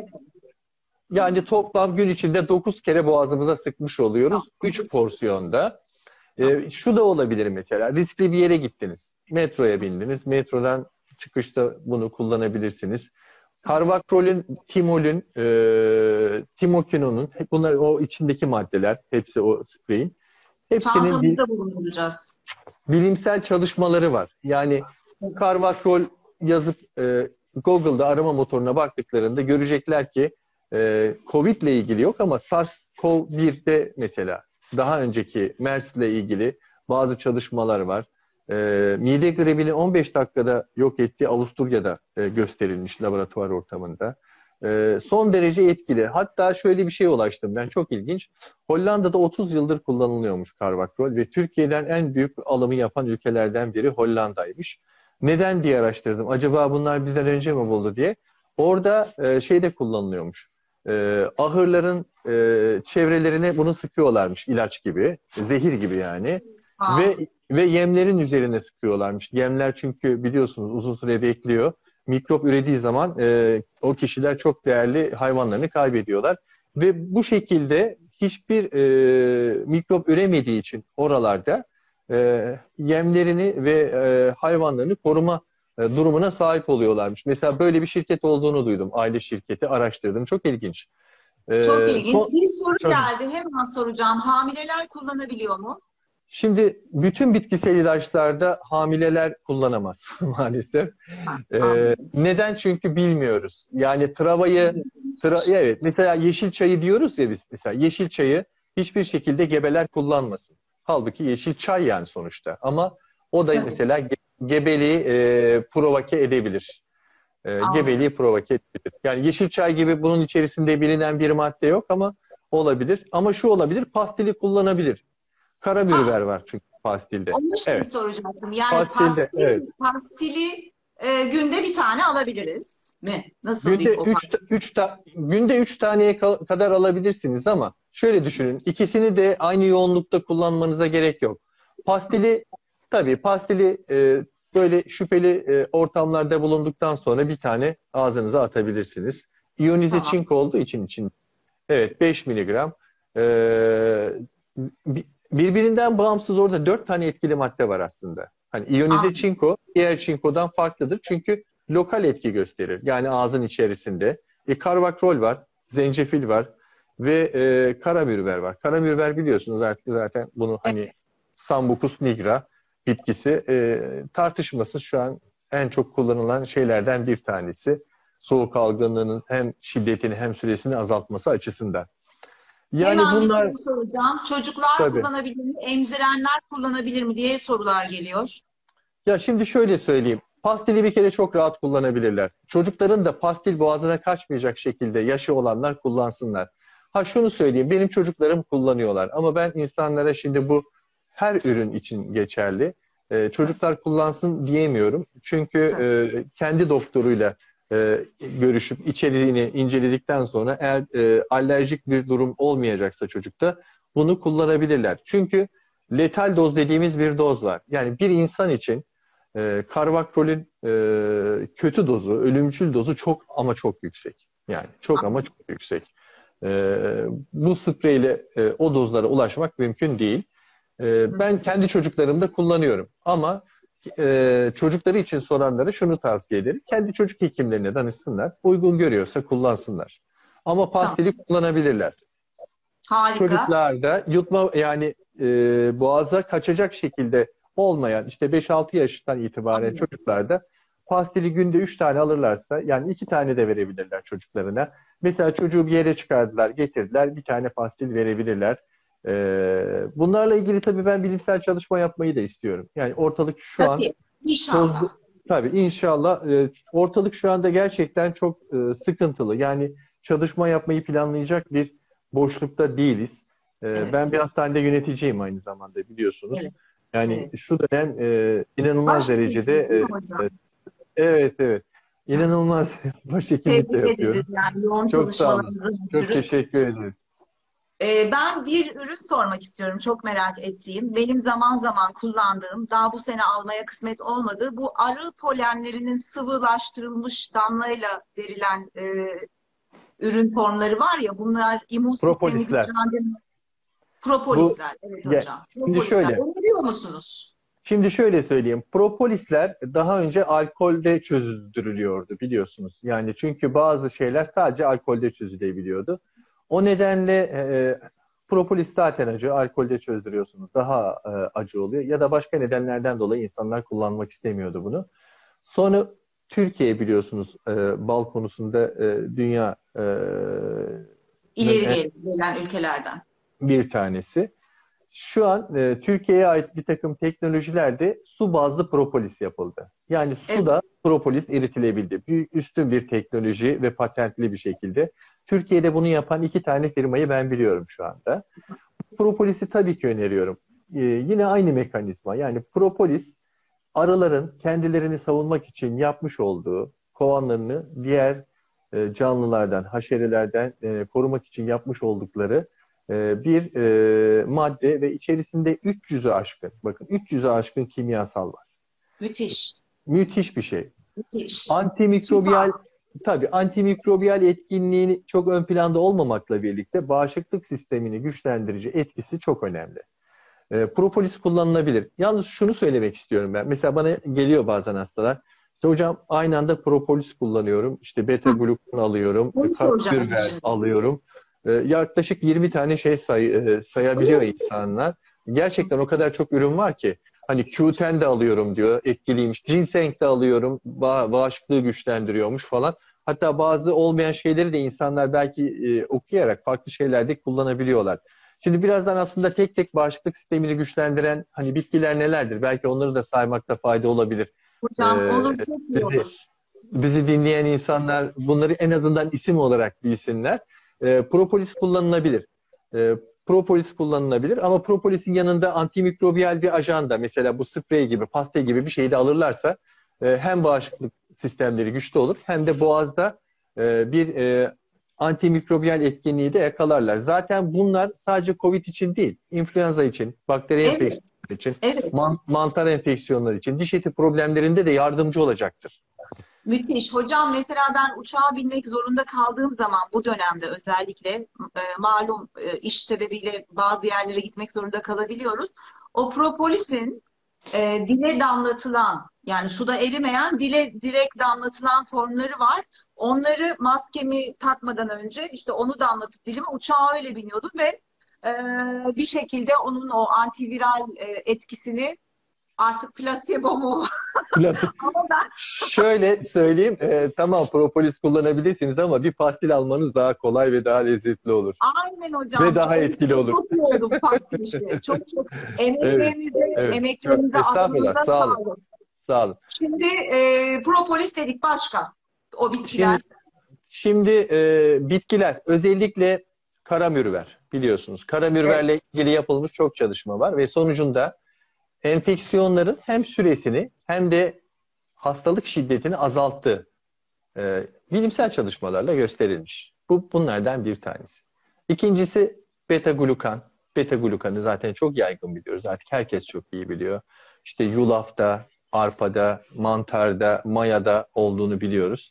Yani toplam gün içinde 9 kere boğazımıza sıkmış oluyoruz. Tamam. 3 porsiyonda. Tamam. Şu da olabilir mesela. Riskli bir yere gittiniz. Metroya bindiniz. Metrodan çıkışta bunu kullanabilirsiniz. Karvakrolün, timolün, timokinonun, bunlar o içindeki maddeler, hepsi o spreyin. Hepsinin bir Çantamızda bulunduracağız. bilimsel çalışmaları var. Yani karvakrol yazıp Google'da arama motoruna baktıklarında görecekler ki Covid ile ilgili yok ama SARS-CoV-1'de mesela daha önceki MERS ile ilgili bazı çalışmalar var. Mide gribini 15 dakikada yok ettiği Avusturya'da gösterilmiş laboratuvar ortamında. Son derece etkili. Hatta şöyle bir şeye ulaştım ben, çok ilginç. Hollanda'da 30 yıldır kullanılıyormuş karvakrol ve Türkiye'den en büyük alımı yapan ülkelerden biri Hollanda'ymış. Neden diye araştırdım. Acaba bunlar bizden önce mi buldu diye. Orada şeyde kullanılıyormuş. Ahırların çevrelerine bunu sıkıyorlarmış, ilaç gibi, zehir gibi yani. Ha. Ve yemlerin üzerine sıkıyorlarmış. Yemler çünkü biliyorsunuz uzun süre bekliyor. Mikrop ürediği zaman o kişiler çok değerli hayvanlarını kaybediyorlar. Ve bu şekilde hiçbir mikrop üremediği için oralarda yemlerini ve hayvanlarını koruma durumuna sahip oluyorlarmış. Mesela böyle bir şirket olduğunu duydum. Aile şirketi, araştırdım. Çok ilginç. Çok ilginç. Son, Bir soru çok, geldi. Hemen soracağım. Hamileler kullanabiliyor mu? Şimdi bütün bitkisel ilaçlarda hamileler kullanamaz maalesef. Anladım. Neden? Çünkü bilmiyoruz. Yani evet, mesela yeşil çayı diyoruz ya biz, mesela yeşil çayı hiçbir şekilde gebeler kullanmasın. Halbuki yeşil çay yani sonuçta. Ama o da mesela gebeliği provoke edebilir. Gebeliği Anladım. provoke edebilir. Yani yeşil çay gibi bunun içerisinde bilinen bir madde yok ama olabilir. Ama şu olabilir, pastili kullanabilir. Ha, Karabiber var çünkü pastilde. onun için Evet. soracaktım. Yani Pastilde, evet. pastili günde bir tane alabiliriz mi? Nasıl Günde bir o 3 taneye kadar alabilirsiniz ama şöyle düşünün. İkisini de aynı yoğunlukta kullanmanıza gerek yok. Pastili pastili böyle şüpheli ortamlarda bulunduktan sonra bir tane ağzınıza atabilirsiniz. İyonize Tamam. çinko olduğu için evet 5 miligram. Birbirinden bağımsız orada 4 tane etkili madde var aslında. Hani iyonize Anladım. çinko diğer çinkodan farklıdır çünkü lokal etki gösterir. Yani ağzın içerisinde. Karvakrol var, zencefil var ve karamürver var. Karamürver biliyorsunuz artık zaten bunu hani Evet. Sambucus nigra bitkisi tartışmasız şu an en çok kullanılan şeylerden bir tanesi. Soğuk algınlığının hem şiddetini hem süresini azaltması açısından. Yani Hemen bir bunlar soru soracağım. Çocuklar tabii. kullanabilir mi? Emzirenler kullanabilir mi diye sorular geliyor. Ya şimdi şöyle söyleyeyim. Pastili bir kere çok rahat kullanabilirler. Çocukların da pastil boğazına kaçmayacak şekilde yaşı olanlar kullansınlar. Ha şunu söyleyeyim. Benim çocuklarım kullanıyorlar. Ama ben insanlara şimdi bu her ürün için geçerli. Çocuklar kullansın diyemiyorum. Çünkü kendi doktoruyla görüşüp içeriğini inceledikten sonra eğer alerjik bir durum olmayacaksa çocukta bunu kullanabilirler. Çünkü letal doz dediğimiz bir doz var. Yani bir insan için karvakrolün kötü dozu, ölümcül dozu çok ama çok yüksek. Yani çok ama çok yüksek. Bu spreyle o dozlara ulaşmak mümkün değil. Ben kendi çocuklarımda kullanıyorum. Ama çocukları için soranlara şunu tavsiye ederim. Kendi çocuk hekimlerine danışsınlar. Uygun görüyorsa kullansınlar. Ama Tamam. pastili kullanabilirler. Harika. Çocuklarda yutma yani boğaza kaçacak şekilde olmayan işte 5-6 yaşından itibaren Aynen. çocuklarda pastili günde 3 tane alırlarsa yani 2 tane de verebilirler çocuklarına. Mesela çocuğu bir yere çıkardılar, getirdiler, bir tane pastil verebilirler. Bunlarla ilgili tabii ben bilimsel çalışma yapmayı da istiyorum. Yani ortalık şu an Tabii. tozlu. İnşallah. Tabii inşallah. Ortalık şu anda gerçekten çok sıkıntılı. Yani çalışma yapmayı planlayacak bir boşlukta değiliz. Ben Evet. bir hastanede yöneticiyim aynı zamanda biliyorsunuz. Evet. Yani Evet. şu dönem inanılmaz derecede Başlıyorsunuz değil mi hocam? evet evet inanılmaz başhekimlik de Tebrik ederiz yapıyorum. yani yoğun Çok sağ olun. çalışmalarınızın Çok ötürü. teşekkür ederim. Ben bir ürün sormak istiyorum. Çok merak ettiğim. Benim zaman zaman kullandığım, daha bu sene almaya kısmet olmadı. Bu arı polenlerinin sıvılaştırılmış damlayla verilen ürün formları var ya. Bunlar immün sistemi Propolisler. güçlendirme. Bu Propolisler. Evet ya, hocam. şimdi Propolisler. şöyle. Öneriyor musunuz? Şimdi şöyle söyleyeyim. Propolisler daha önce alkolde çözdürülüyordu biliyorsunuz. Yani çünkü bazı şeyler sadece alkolde çözülebiliyordu. O nedenle propolis zaten acı. Alkolde çözdürüyorsunuz. Daha acı oluyor. Ya da başka nedenlerden dolayı insanlar kullanmak istemiyordu bunu. Sonra Türkiye biliyorsunuz bal konusunda dünya İleri gelen ülkelerden. bir tanesi. Şu an Türkiye'ye ait bir takım teknolojilerde su bazlı propolis yapıldı. Yani Evet. suda propolis eritilebildi. Üstün bir teknoloji ve patentli bir şekilde. Türkiye'de bunu yapan 2 tane firmayı ben biliyorum şu anda. Propolisi tabii ki öneriyorum. Yine aynı mekanizma. Yani propolis arıların kendilerini savunmak için yapmış olduğu kovanlarını diğer canlılardan, haşerelerden korumak için yapmış oldukları bir madde ve içerisinde 300'ü aşkın, bakın 300'ü aşkın kimyasal var. Müthiş. Müthiş bir şey. Müthiş. Antimikrobiyal, Şifa. tabii antimikrobiyal etkinliğini çok ön planda olmamakla birlikte bağışıklık sistemini güçlendirici etkisi çok önemli. Propolis kullanılabilir. Yalnız şunu söylemek istiyorum ben. Mesela bana geliyor bazen hastalar. İşte hocam aynı anda propolis kullanıyorum. İşte beta glukan alıyorum. Onu soracağım Karamürver şimdi. alıyorum. Yaklaşık 20 tane şey sayabiliyor insanlar. Gerçekten o kadar çok ürün var ki. Hani Q10 de alıyorum diyor. Etkiliymiş. Ginseng de alıyorum. Bağışıklığı güçlendiriyormuş falan. Hatta bazı olmayan şeyleri de insanlar belki okuyarak farklı şeylerde kullanabiliyorlar. Şimdi birazdan aslında tek tek bağışıklık sistemini güçlendiren hani bitkiler nelerdir? Belki onları da saymakta fayda olabilir. Hocam olur, çok iyi Bizi olur. bizi dinleyen insanlar bunları en azından isim olarak bilsinler. Propolis kullanılabilir. E, Propolis kullanılabilir ama propolisin yanında antimikrobiyal bir ajan da mesela bu sprey gibi, pastil gibi bir şeyi de alırlarsa hem bağışıklık sistemleri güçlü olur hem de boğazda bir antimikrobiyal etkinliği de yakalarlar. Zaten bunlar sadece COVID için değil, influenza için, bakteri Evet, enfeksiyonları için, evet. mantar enfeksiyonları için, diş eti problemlerinde de yardımcı olacaktır. Müthiş. Hocam mesela ben uçağa binmek zorunda kaldığım zaman bu dönemde özellikle malum iş sebebiyle bazı yerlere gitmek zorunda kalabiliyoruz. O propolisin dile damlatılan yani suda erimeyen dile direkt damlatılan formları var. Onları maskemi takmadan önce işte onu damlatıp dilime uçağa öyle biniyordum ve e, bir şekilde onun o antiviral etkisini artık plasebo mu? Ama ben Şöyle söyleyeyim, tamam propolis kullanabilirsiniz ama bir pastil almanız daha kolay ve daha lezzetli olur. aynen Ve hocam. daha etkili olur. Çok iyi oldu bu pastil işte. Çok çok Evet, evet. emeklerinize Estağfurullah, adınıza sağ olun, sağlık. sağ olun. Şimdi propolis dedik başka. O bitkiler. Şimdi bitkiler, özellikle karamürver biliyorsunuz. Evet. Karamürverle ilgili yapılmış çok çalışma var ve sonucunda enfeksiyonların hem süresini hem de hastalık şiddetini azalttığı bilimsel çalışmalarla gösterilmiş. Bunlardan bir tanesi. İkincisi beta glukan. Beta glukanı zaten çok yaygın biliyoruz. Artık herkes çok iyi biliyor. İşte yulafta, arpada, mantarda, mayada olduğunu biliyoruz.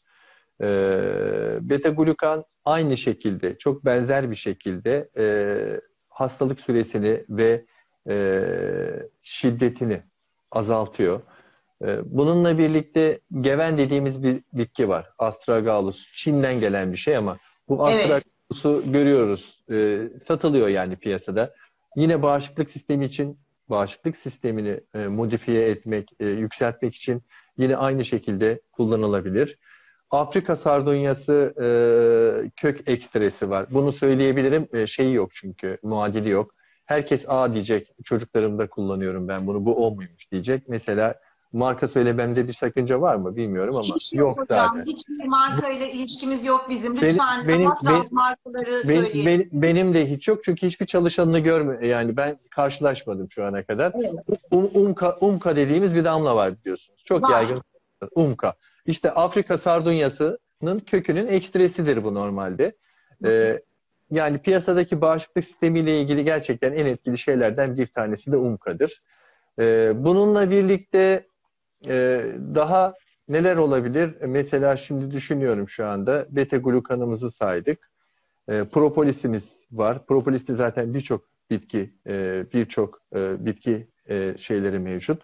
Beta glukan aynı şekilde, çok benzer bir şekilde hastalık süresini ve şiddetini azaltıyor. Bununla birlikte geven dediğimiz bir bitki var. Astragalus. Çin'den gelen bir şey ama bu Evet. astragalus'u görüyoruz. Satılıyor yani piyasada. Yine bağışıklık sistemi için bağışıklık sistemini modifiye etmek, yükseltmek için yine aynı şekilde kullanılabilir. Afrika sardunyası kök ekstresi var. Bunu söyleyebilirim. Şeyi yok çünkü, muadili yok. Herkes A diyecek, çocuklarımda kullanıyorum ben bunu, bu o muymuş diyecek. Mesela marka söylememde bir sakınca var mı bilmiyorum ama Hiç yok yok hocam. zaten. Hiçbir marka ile ilişkimiz yok bizim. Benim, Lütfen benim, rahat rahat markaları söyleyelim. benim de hiç yok çünkü hiçbir çalışanını yani ben karşılaşmadım şu ana kadar. Evet. Umka dediğimiz bir damla var biliyorsunuz. Çok Var. yaygın. Umka. İşte Afrika sardunyasının kökünün ekstresidir bu normalde. Yani piyasadaki bağışıklık sistemiyle ilgili gerçekten en etkili şeylerden bir tanesi de Umka'dır. Bununla birlikte daha neler olabilir? Mesela şimdi düşünüyorum şu anda. Beta-glukanımızı saydık. Propolisimiz var. Propolis de zaten birçok bitki şeyleri mevcut.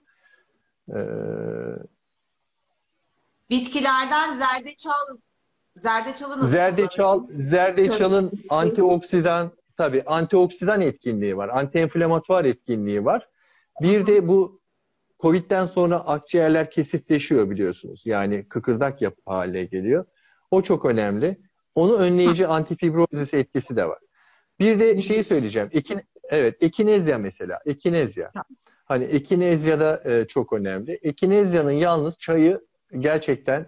Bitkilerden zerdeçalı nasıl kullanıyoruz? Zerdeçalın antioksidan etkinliği var. Antiinflamatuar etkinliği var. Bir de bu Covid'den sonra akciğerler kesifleşiyor biliyorsunuz. Yani kıkırdak haline geliyor. O çok önemli. Onu önleyici antifibrozis etkisi de var. Bir de şeyi söyleyeceğim. Ekinezya mesela. Ekinezya. Hani ekinezya da çok önemli. Ekinezya'nın yalnız çayı gerçekten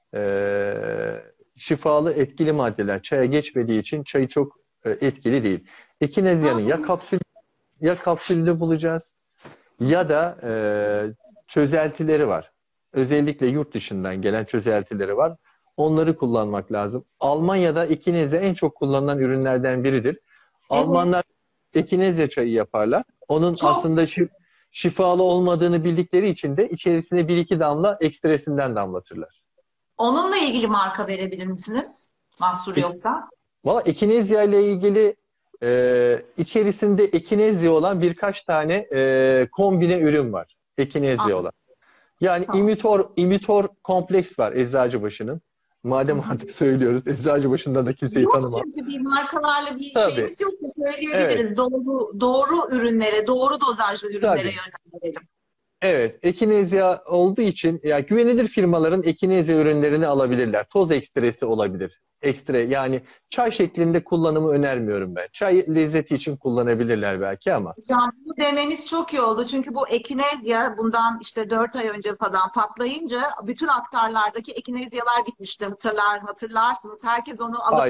şifalı etkili maddeler. Çaya geçmediği için çayı çok etkili değil. Ekinezya'nın ya kapsülde bulacağız ya da çözeltileri var. Özellikle yurt dışından gelen çözeltileri var. Onları kullanmak lazım. Almanya'da ekinezya en çok kullanılan ürünlerden biridir. Almanlar ekinezya çayı yaparlar. Onun aslında şifalı olmadığını bildikleri için de içerisine bir iki damla ekstresinden damlatırlar. Onunla ilgili marka verebilir misiniz? Mahsur yoksa? Valla ekinezya ile ilgili içerisinde ekinezya olan birkaç tane kombine ürün var. Ekinezya olan. Yani imitor kompleks var Eczacıbaşı'nın. Madem artık söylüyoruz, Eczacıbaşı'nda da kimseyi tanımam. Yok çünkü bir markalarla bir Tabii. şeyimiz yok da söyleyebiliriz. Evet. Doğru ürünlere, doğru dozajlı ürünlere yönlendirelim. Evet, ekinezya olduğu için yani güvenilir firmaların ekinezya ürünlerini alabilirler. Toz ekstresi olabilir. Ekstra yani çay şeklinde kullanımı önermiyorum ben. Çay lezzeti için kullanabilirler belki ama. Hocam bu demeniz çok iyi oldu. Çünkü bu ekinezya bundan işte 4 ay önce falan patlayınca bütün aktarlardaki ekinezyalar gitmişti. Hatırlarsınız. Herkes onu alıp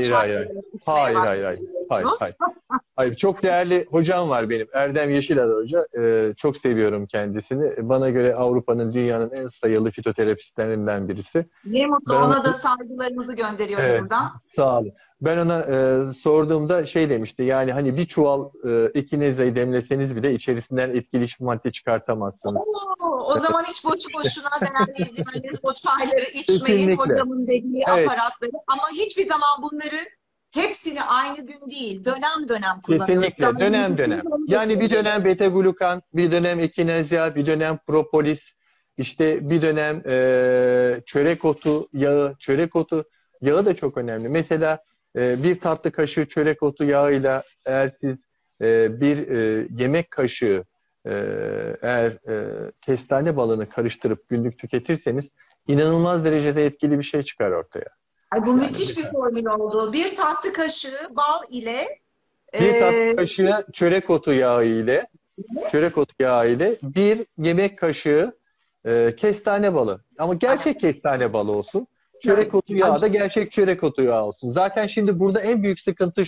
Hayır, çok değerli hocam var benim. Erdem Yeşilada Hoca. Çok seviyorum kendisini. Bana göre Avrupa'nın, dünyanın en sayılı fitoterapistlerinden birisi. Ne mutlu. Ona da saygılarımızı gönderiyoruz buradan. Sağ olun. Ben ona sorduğumda şey demişti. Yani hani bir çuval ekinezyayı demleseniz bile içerisinden etkili hiçbir madde çıkartamazsınız. O zaman hiç boşu boşuna değerli izleyenlerin o çayları içmeyin. Kesinlikle. Hocamın dediği aparatları. Ama hiçbir zaman bunları hepsini aynı gün değil, dönem dönem kullanıyoruz. Kesinlikle, dönem. Yani bir dönem beta-glukan, bir dönem ekinezya, bir dönem propolis, işte bir dönem çörek otu yağı. Çörek otu yağı da çok önemli. Mesela bir tatlı kaşığı çörek otu yağıyla eğer siz bir yemek kaşığı kestane balını karıştırıp günlük tüketirseniz inanılmaz derecede etkili bir şey çıkar ortaya. Ay bu müthiş bir formül oldu. Bir tatlı kaşığı bal ile bir tatlı kaşığı çörek otu yağı ile bir yemek kaşığı kestane balı. Ama gerçek kestane balı olsun. Çörek otu yağı da gerçek çörek otu yağı olsun. Zaten şimdi burada en büyük sıkıntı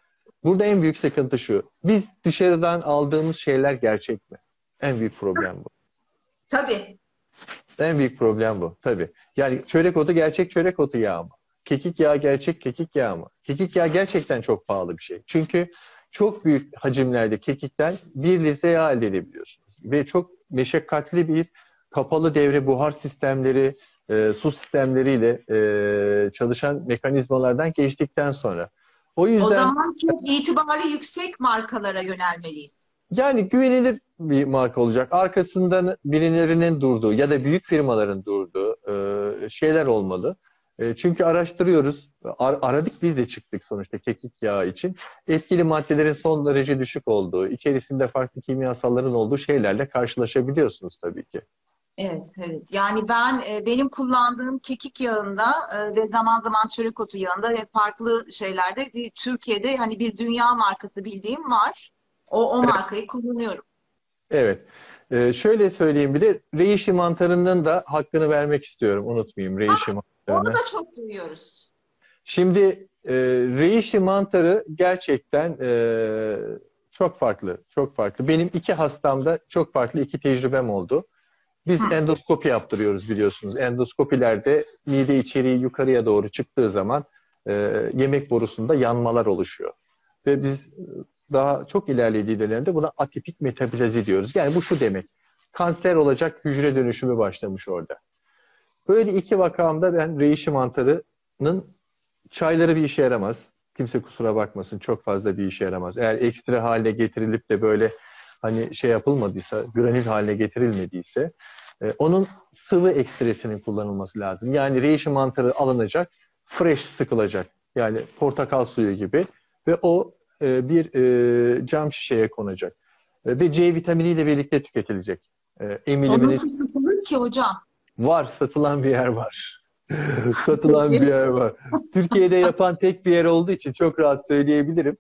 şu. Biz dışarıdan aldığımız şeyler gerçek mi? En büyük problem bu. Tabii. En büyük problem bu. Tabii. Yani çörek otu gerçek çörek otu yağı mı? Kekik yağı gerçek kekik yağı mı? Kekik yağı gerçekten çok pahalı bir şey. Çünkü çok büyük hacimlerde kekikten 1 litre yağ elde edebiliyorsunuz. Ve çok meşakkatli bir kapalı devre buhar sistemleri, su sistemleriyle çalışan mekanizmalardan geçtikten sonra. O zaman çok itibarı yüksek markalara yönelmeliyiz. Yani güvenilir bir marka olacak. Arkasından birilerinin durduğu ya da büyük firmaların durduğu şeyler olmalı. Çünkü araştırıyoruz. Aradık, biz de çıktık sonuçta kekik yağı için. Etkili maddelerin son derece düşük olduğu, içerisinde farklı kimyasalların olduğu şeylerle karşılaşabiliyorsunuz tabii ki. Evet, evet. Yani benim kullandığım kekik yağında ve zaman zaman çörek otu yağında ve farklı şeylerde Türkiye'de hani bir dünya markası bildiğim var. O markayı kullanıyorum. Evet. Şöyle söyleyeyim, bir de reishi mantarının da hakkını vermek istiyorum. Unutmayayım reishi Onu mantarını. da çok duyuyoruz. Şimdi reishi mantarı gerçekten çok farklı. Çok farklı. Benim iki hastamda çok farklı iki tecrübem oldu. Hı. Biz endoskopi yaptırıyoruz biliyorsunuz. Endoskopilerde mide içeriği yukarıya doğru çıktığı zaman e, yemek borusunda yanmalar oluşuyor. Ve biz daha çok ilerlediği dönemde buna atipik metaplazi diyoruz. Yani bu şu demek: kanser olacak hücre dönüşümü başlamış orada. Böyle iki vakamda ben reishi mantarının çayları bir işe yaramaz. Kimse kusura bakmasın, çok fazla bir işe yaramaz. Eğer ekstra haline getirilip de böyle hani şey yapılmadıysa, granül haline getirilmediyse onun sıvı ekstresinin kullanılması lazım. Yani reishi mantarı alınacak, fresh sıkılacak. Yani portakal suyu gibi ve o bir cam şişeye konacak. Ve C vitaminiyle birlikte tüketilecek. O Emilimini nasıl sıkılır ki hocam? var, satılan bir yer var. Satılan bir yer var. Türkiye'de yapan tek bir yer olduğu için çok rahat söyleyebilirim.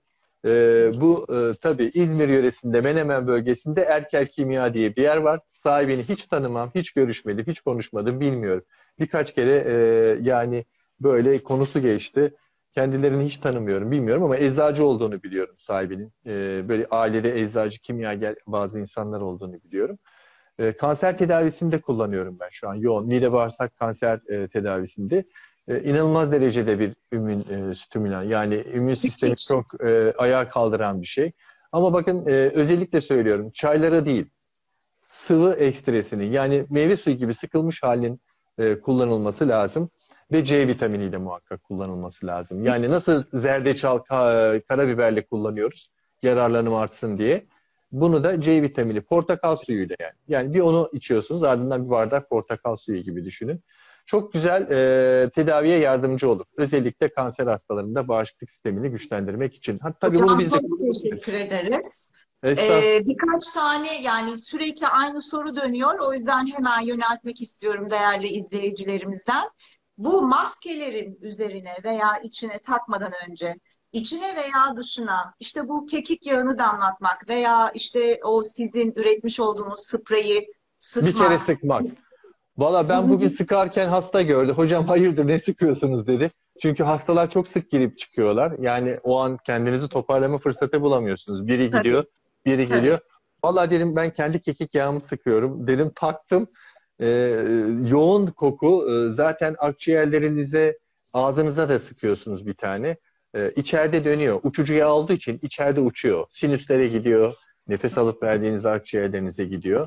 Bu tabii İzmir yöresinde, Menemen bölgesinde Erkel Kimya diye bir yer var. Sahibini hiç tanımam, hiç görüşmedim, hiç konuşmadım, bilmiyorum. Birkaç kere yani böyle konusu geçti. Kendilerini hiç tanımıyorum, bilmiyorum ama eczacı olduğunu biliyorum sahibinin. Böyle ailede eczacı, kimyager bazı insanlar olduğunu biliyorum. Kanser tedavisinde kullanıyorum ben şu an. Yoğun mide bağırsak kanser tedavisinde. İnanılmaz derecede bir immün stimülan. Yani immün sistemi Müthiş. çok ayağa kaldıran bir şey. Ama bakın özellikle söylüyorum. Çaylara değil, sıvı ekstresinin, yani meyve suyu gibi sıkılmış halinin kullanılması lazım. Ve C vitaminiyle muhakkak kullanılması lazım. Yani nasıl Müthiş. zerdeçal, karabiberle kullanıyoruz yararlanım artsın diye. Bunu da C vitamini, portakal suyuyla yani. Yani bir onu içiyorsunuz, ardından bir bardak portakal suyu gibi düşünün. Çok güzel tedaviye yardımcı olur. Özellikle kanser hastalarında bağışıklık sistemini güçlendirmek için. Ha, tabii bunu Hocam biz de çok teşekkür kullanabiliriz. ederiz. Estağfurullah. Birkaç tane yani sürekli aynı soru dönüyor. O yüzden hemen yöneltmek istiyorum değerli izleyicilerimizden. Bu maskelerin üzerine veya içine takmadan önce içine veya dışına işte bu kekik yağını damlatmak veya işte o sizin üretmiş olduğunuz spreyi Bir kere sıkmak. sıkmak. Valla ben bugün sıkarken hasta gördü. Hocam hayırdır, ne sıkıyorsunuz dedi. Çünkü hastalar çok sık girip çıkıyorlar. Yani o an kendinizi toparlama fırsatı bulamıyorsunuz. Biri Tabii, gidiyor, biri tabii. geliyor. Valla dedim, ben kendi kekik yağımı sıkıyorum. Dedim, taktım. Ee, Yoğun koku. Zaten akciğerlerinize, ağzınıza da sıkıyorsunuz bir tane. İçeride dönüyor. Uçucu yağ olduğu için içeride uçuyor. Sinüslere gidiyor. Nefes alıp verdiğiniz akciğerlerinize gidiyor.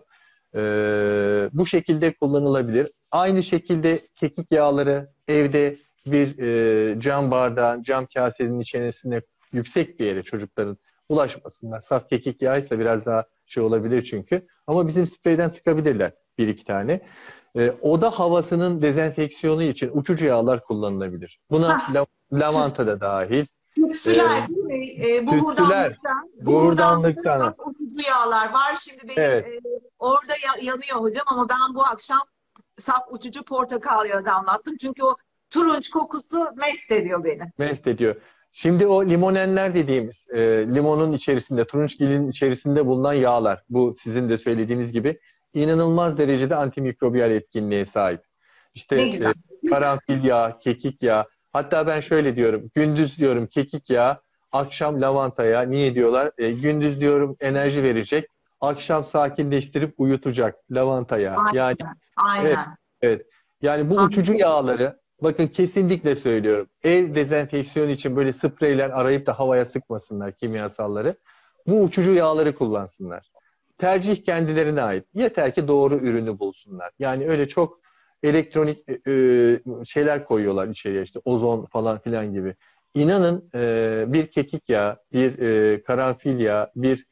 Bu şekilde kullanılabilir. Aynı şekilde kekik yağları evde bir cam bardağın, cam kasenin içerisine, yüksek bir yere çocukların ulaşmasınlar. Saf kekik yağı ise biraz daha şey olabilir çünkü. Ama bizim spreyden sıkabilirler bir iki tane. Oda havasının dezenfeksiyonu için uçucu yağlar kullanılabilir. Buna Hah, lavanta da dahil. tütsüler değil mi? Tütsüler, Buhurdanlıkta buhurdanlıktan. saf uçucu yağlar var. Şimdi benim Evet. orada yanıyor hocam ama ben bu akşam saf uçucu portakal yağı damlattım. Çünkü o turunç kokusu mest ediyor beni. Mest ediyor. Şimdi o limonenler dediğimiz limonun içerisinde, turunçgilin içerisinde bulunan yağlar, bu sizin de söylediğiniz gibi inanılmaz derecede antimikrobiyal etkinliğe sahip. İşte Ne güzel. karanfil yağı, kekik yağı, hatta ben şöyle diyorum, gündüz diyorum kekik yağı, akşam lavanta yağı. Niye diyorlar? Gündüz diyorum enerji verecek, akşam sakinleştirip uyutacak lavanta yağı. Yani Aynen. evet, Aynen. evet. Yani bu uçucu Anladım. yağları, bakın kesinlikle söylüyorum, ev dezenfeksiyonu için böyle spreyler arayıp da havaya sıkmasınlar kimyasalları. Bu uçucu yağları kullansınlar. Tercih kendilerine ait. Yeter ki doğru ürünü bulsunlar. Yani öyle çok elektronik şeyler koyuyorlar içeriye, işte ozon falan filan gibi. İnanın bir kekik yağı, bir karanfil yağı, bir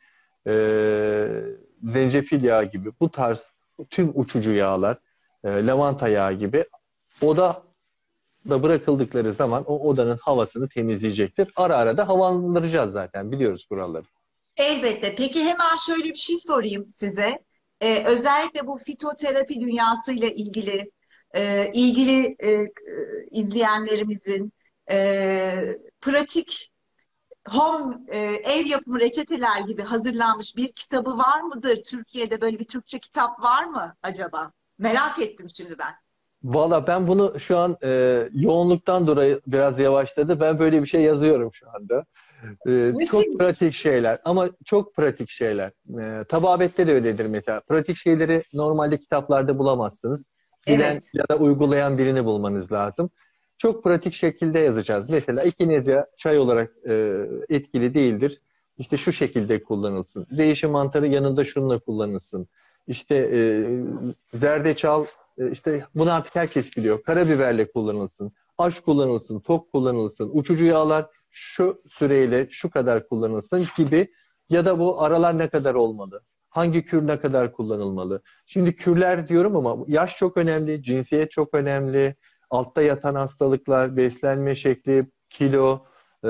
zencefil yağı gibi bu tarz tüm uçucu yağlar, lavanta yağı gibi oda da bırakıldıkları zaman o odanın havasını temizleyecektir. Ara ara da havalandıracağız zaten. Biliyoruz kuralları. Elbette. Peki hemen şöyle bir şey sorayım size. Özellikle bu fitoterapi dünyasıyla ilgili izleyenlerimizin pratik ev yapımı reçeteler gibi hazırlanmış bir kitabı var mıdır? Türkiye'de böyle bir Türkçe kitap var mı acaba? Merak ettim şimdi ben. Valla ben bunu şu an yoğunluktan dolayı biraz yavaşladı. Ben böyle bir şey yazıyorum şu anda. Çok Müthiş. pratik şeyler ama çok pratik şeyler. Tababette de öyledir mesela. Pratik şeyleri normalde kitaplarda bulamazsınız. Bilen Evet. ya da uygulayan birini bulmanız lazım. Çok pratik şekilde yazacağız. Mesela ikinezya çay olarak etkili değildir. İşte şu şekilde kullanılsın. Reishi mantarı yanında şununla kullanılsın. İşte zerdeçal işte bunu artık herkes biliyor. Karabiberle kullanılsın. Aş kullanılsın, tok kullanılsın. Uçucu yağlar şu süreyle şu kadar kullanılsın gibi ya da bu aralar ne kadar olmalı? Hangi kür ne kadar kullanılmalı? Şimdi kürler diyorum ama yaş çok önemli, cinsiyet çok önemli, altta yatan hastalıklar, beslenme şekli, kilo,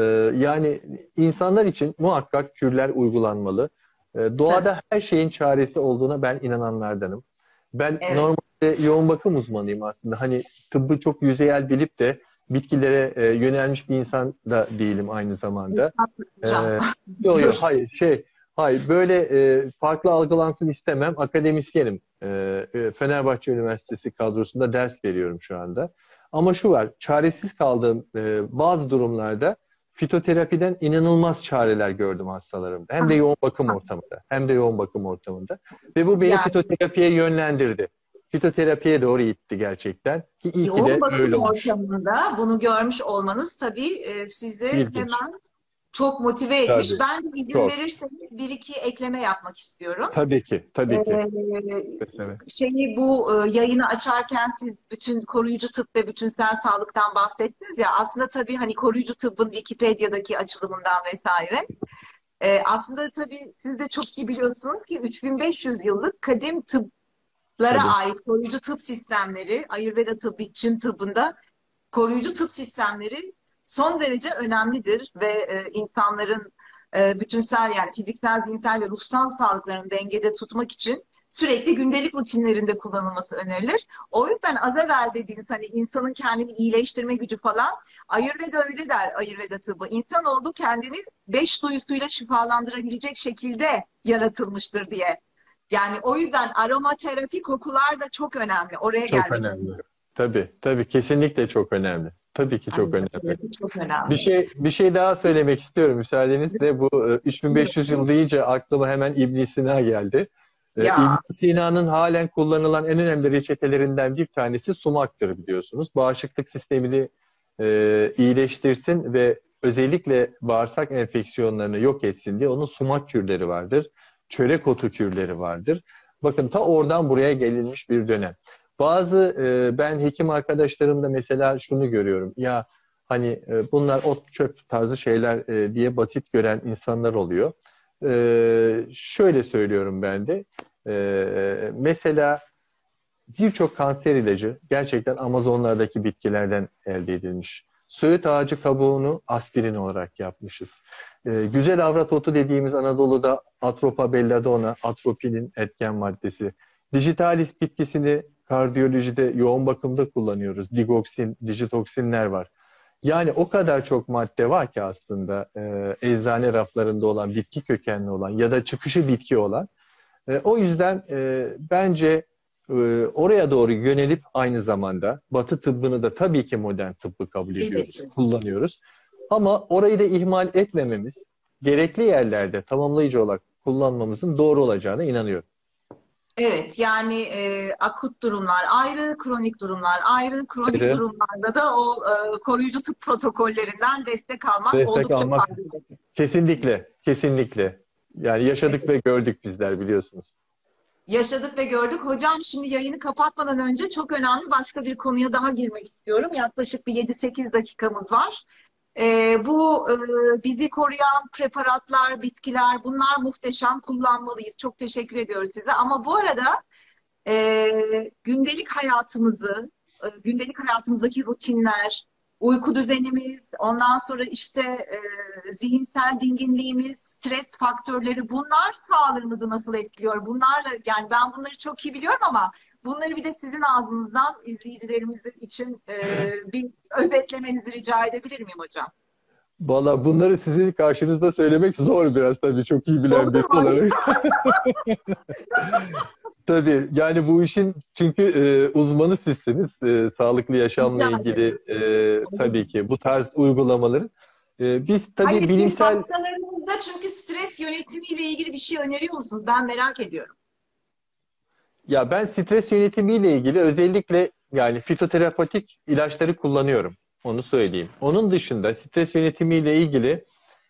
yani insanlar için muhakkak kürler uygulanmalı. Doğada her şeyin çaresi olduğuna ben inananlardanım. Ben Evet. normalde yoğun bakım uzmanıyım aslında. Hani tıbbı çok yüzeyel bilip de bitkilere yönelmiş bir insan da değilim aynı zamanda. Estağfurullah. Yok yok Diyoruz. hayır hayır böyle farklı algılansın istemem. Akademisyenim. Fenerbahçe Üniversitesi kadrosunda ders veriyorum şu anda. Ama şu var, çaresiz kaldığım bazı durumlarda fitoterapiden inanılmaz çareler gördüm hastalarımda. Hem de yoğun bakım ortamında. Hem de yoğun bakım ortamında. Ve bu beni Yani fitoterapiye yönlendirdi. Fitoterapiye doğru itti gerçekten. Ki iyi ki yoğun de bakım öyle olmuş. ortamında bunu görmüş olmanız tabii sizi İlginç. hemen çok motive etmiş. Tabii. Ben de izin Çok. verirseniz bir iki ekleme yapmak istiyorum. Tabii ki. Tabii ki. Ee, Mesela. bu yayını açarken siz bütün koruyucu tıp ve bütünsel sağlıktan bahsettiniz ya, aslında tabii hani koruyucu tıbbın Wikipedia'daki açılımından vesaire. Aslında tabii siz de çok iyi biliyorsunuz ki 3500 yıllık kadim tıplara Tabii. ait koruyucu tıp sistemleri, Ayurveda tıbbı, Çin tıbbında koruyucu tıp sistemleri son derece önemlidir ve insanların bütünsel, yani fiziksel, zihinsel ve ruhsal sağlıklarını dengede tutmak için sürekli gündelik rutinlerinde kullanılması önerilir. O yüzden az evvel dediğiniz hani insanın kendini iyileştirme gücü falan, Ayurveda öyle der, Ayurveda tıbbı. İnsanoğlu kendini 5 duyusuyla şifalandırabilecek şekilde yaratılmıştır diye. Yani o yüzden aromaterapi, kokular da çok önemli. Oraya Çok gelmek önemli. istiyorum. Tabii, tabii kesinlikle çok önemli. Tabii ki çok önemli. Aromaterapi çok Bir önemli. şey daha söylemek istiyorum müsaadenizle. Bu 3500 yıl deyince aklıma hemen İbn Sina geldi. İbn Ya Sina'nın halen kullanılan en önemli reçetelerinden bir tanesi sumaktır biliyorsunuz. Bağışıklık sistemini iyileştirsin ve özellikle bağırsak enfeksiyonlarını yok etsin diye onun sumak kürleri vardır. Çörek otu kürleri vardır. Bakın ta oradan buraya gelinmiş bir dönem. Bazı ben hekim arkadaşlarımda mesela şunu görüyorum. Ya hani bunlar ot çöp tarzı şeyler diye basit gören insanlar oluyor. Şöyle söylüyorum ben de. Mesela birçok kanser ilacı gerçekten Amazonlardaki bitkilerden elde edilmiş. Söğüt ağacı kabuğunu aspirin olarak yapmışız. Güzel avrat otu dediğimiz Anadolu'da Atropa belladonna, atropinin etken maddesi. Dijitalis bitkisini kardiyolojide yoğun bakımda kullanıyoruz. Digoksin, dijitoksinler var. Yani o kadar çok madde var ki aslında eczane raflarında olan, bitki kökenli olan ya da çıkışı bitki olan. O yüzden bence oraya doğru yönelip aynı zamanda Batı tıbbını da tabii ki modern tıbbı kabul ediyoruz, elbette. kullanıyoruz. Ama orayı da ihmal etmememiz, gerekli yerlerde tamamlayıcı olarak kullanmamızın doğru olacağına inanıyorum. Evet, yani akut durumlar ayrı, kronik durumlar ayrı. Kronik Ayrı durumlarda da o koruyucu tıp protokollerinden destek almak destek oldukça almak faydalı. kesinlikle, kesinlikle. Yani yaşadık ve gördük bizler biliyorsunuz. Yaşadık ve gördük. Hocam şimdi yayını kapatmadan önce çok önemli başka bir konuya daha girmek istiyorum. Yaklaşık bir 7-8 dakikamız var. Bizi koruyan preparatlar, bitkiler, bunlar muhteşem, kullanmalıyız. Çok teşekkür ediyoruz size. Ama bu arada gündelik hayatımızı gündelik hayatımızdaki rutinler, uyku düzenimiz, ondan sonra işte zihinsel dinginliğimiz, stres faktörleri, bunlar sağlığımızı nasıl etkiliyor? Bunlarla, yani ben bunları çok iyi biliyorum ama bunları bir de sizin ağzınızdan izleyicilerimiz için bir özetlemenizi rica edebilir miyim hocam? Valla bunları sizin karşınızda söylemek zor biraz tabii, çok iyi bilen Olur biri mu? olarak. Tabii yani bu işin çünkü uzmanı sizsiniz. Sağlıklı yaşamla Rica ilgili ederim. tabii ki bu tarz uygulamaların biz tabii Hayır, siz bilimsel, hastalarınızda çünkü stres yönetimiyle ilgili bir şey öneriyor musunuz? Ben merak ediyorum. ya ben stres yönetimiyle ilgili özellikle yani fitoterapatik ilaçları kullanıyorum. Onu söyleyeyim. Onun dışında stres yönetimiyle ilgili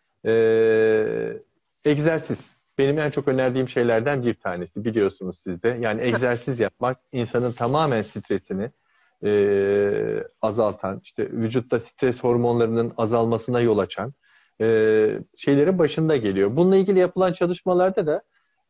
egzersiz benim en çok önerdiğim şeylerden bir tanesi, biliyorsunuz siz de. Yani egzersiz yapmak insanın tamamen stresini azaltan, işte vücutta stres hormonlarının azalmasına yol açan şeylerin başında geliyor. Bununla ilgili yapılan çalışmalarda da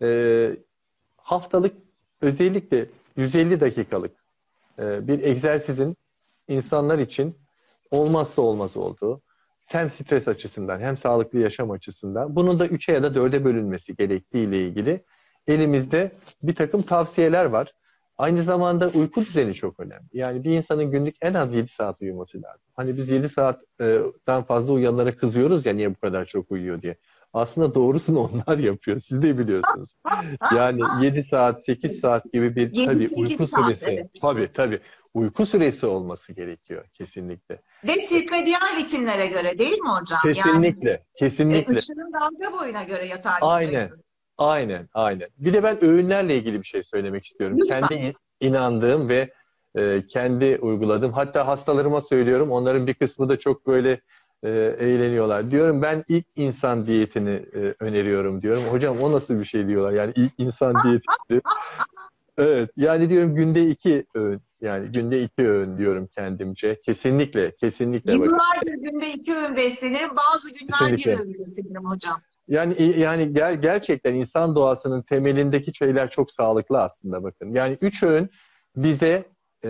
haftalık özellikle 150 dakikalık bir egzersizin insanlar için olmazsa olmaz olduğu, hem stres açısından hem sağlıklı yaşam açısından bunun da 3'e ya da 4'e bölünmesi gerektiği ile ilgili elimizde bir takım tavsiyeler var. Aynı zamanda uyku düzeni çok önemli. Yani bir insanın günlük en az 7 saat uyuması lazım. Hani biz 7 saatten fazla uyuyanlara kızıyoruz ya, niye bu kadar çok uyuyor diye. Aslında doğrusunu onlar yapıyor. Siz de biliyorsunuz. Yani 7 saat, 8 saat gibi bir tabii 7-8 uyku saat, süresi. evet. Tabii uyku süresi olması gerekiyor kesinlikle. Ve sirkadiyen ritimlere göre değil mi hocam? Yani Kesinlikle. ışığın dalga boyuna göre yatağa Aynen. gideceksin. Aynen. Bir de ben öğünlerle ilgili bir şey söylemek istiyorum. Lütfen. Kendi inandığım ve kendi uyguladığım, hatta hastalarıma söylüyorum. Onların bir kısmı da çok böyle eğleniyorlar. Diyorum ben ilk insan diyetini öneriyorum diyorum. Hocam o nasıl bir şey diyorlar. Yani ilk insan diyeti. Evet. Yani diyorum günde 2 öğün. Yani günde 2 öğün diyorum kendimce. Kesinlikle bakın. Yıllardır günde 2 öğün beslenirim. Bazı günler bir Kesinlikle. öğün beslenirim hocam. Yani gerçekten insan doğasının temelindeki şeyler çok sağlıklı aslında, bakın. Yani 3 öğün bize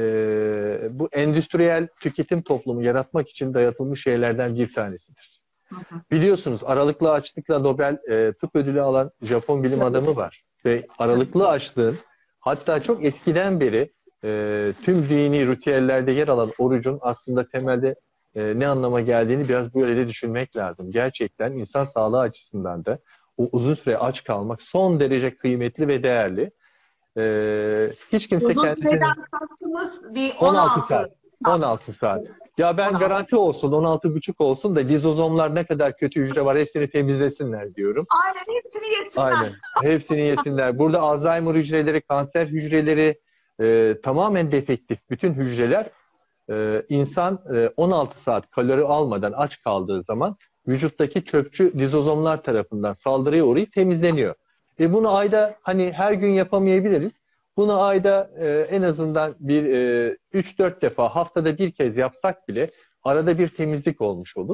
bu endüstriyel tüketim toplumu yaratmak için dayatılmış şeylerden bir tanesidir. Hı hı. Biliyorsunuz aralıklı açlıkla Nobel Tıp Ödülü alan Japon bilim adamı var. Ve aralıklı açlığın hatta çok eskiden beri tüm dini ritüellerde yer alan orucun aslında temelde ne anlama geldiğini biraz böyle de düşünmek lazım. Gerçekten insan sağlığı açısından da o uzun süre aç kalmak son derece kıymetli ve değerli. Hiç kimse Uzun kendisini süreden kastımız bir 16 16 saat. 16 saat. Evet, Ya ben 16. garanti olsun 16,5 olsun da lizozomlar ne kadar kötü hücre var hepsini temizlesinler diyorum. Aynen, hepsini yesinler. Aynen. Hepsini yesinler. Burada Alzheimer hücreleri, kanser hücreleri tamamen defektif. Bütün hücreler insan 16 saat kalori almadan aç kaldığı zaman vücuttaki çöpçü lizozomlar tarafından saldırıya uğrayıp temizleniyor. Bunu ayda hani her gün yapamayabiliriz. Bunu ayda en azından bir 3-4 defa haftada bir kez yapsak bile arada bir temizlik olmuş olur.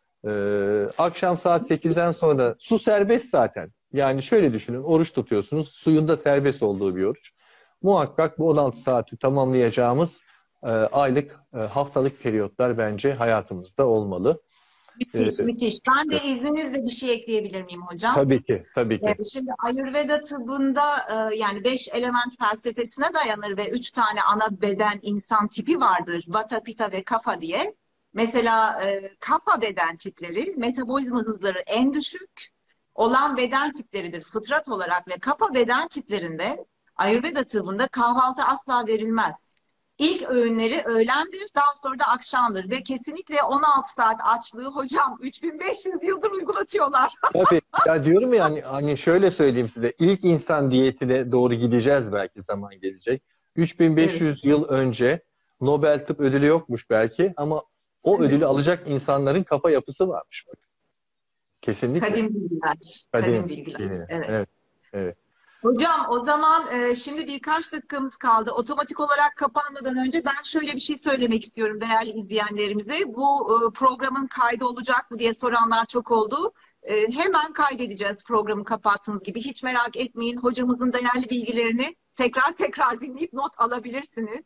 Akşam saat 8'den sonra su serbest zaten. Yani şöyle düşünün, oruç tutuyorsunuz, suyun da serbest olduğu bir oruç. Muhakkak bu 16 saati tamamlayacağımız aylık, haftalık periyotlar bence hayatımızda olmalı. Müthiş. Ben de izninizle bir şey ekleyebilir miyim hocam? Tabii ki. Şimdi Ayurveda tıbbında yani 5 element felsefesine dayanır ve 3 tane ana beden insan tipi vardır. Vata, Pitta ve Kapha diye. Mesela Kapha beden tipleri metabolizma hızları en düşük olan beden tipleridir fıtrat olarak ve Kapha beden tiplerinde Ayurveda tıbbında kahvaltı asla verilmez. İlk öğünleri öğlendir, daha sonra da akşamdır ve kesinlikle 16 saat açlığı hocam 3500 yıldır uygulatıyorlar. Tabii. Ya diyorum ya hani şöyle söyleyeyim size, ilk insan diyetine doğru gideceğiz, belki zaman gelecek. 3500 yıl önce Nobel Tıp Ödülü yokmuş belki ama o ödülü alacak insanların kafa yapısı varmış. Bak. Kesinlikle. Kadim bilgiler. Kadim bilgiler. Evet. Evet. Hocam o zaman şimdi birkaç dakikamız kaldı. Otomatik olarak kapanmadan önce ben şöyle bir şey söylemek istiyorum değerli izleyenlerimize. Bu programın kaydı olacak mı diye soranlar çok oldu. Hemen kaydedeceğiz programı kapattığınız gibi. Hiç merak etmeyin. Hocamızın değerli bilgilerini tekrar dinleyip not alabilirsiniz.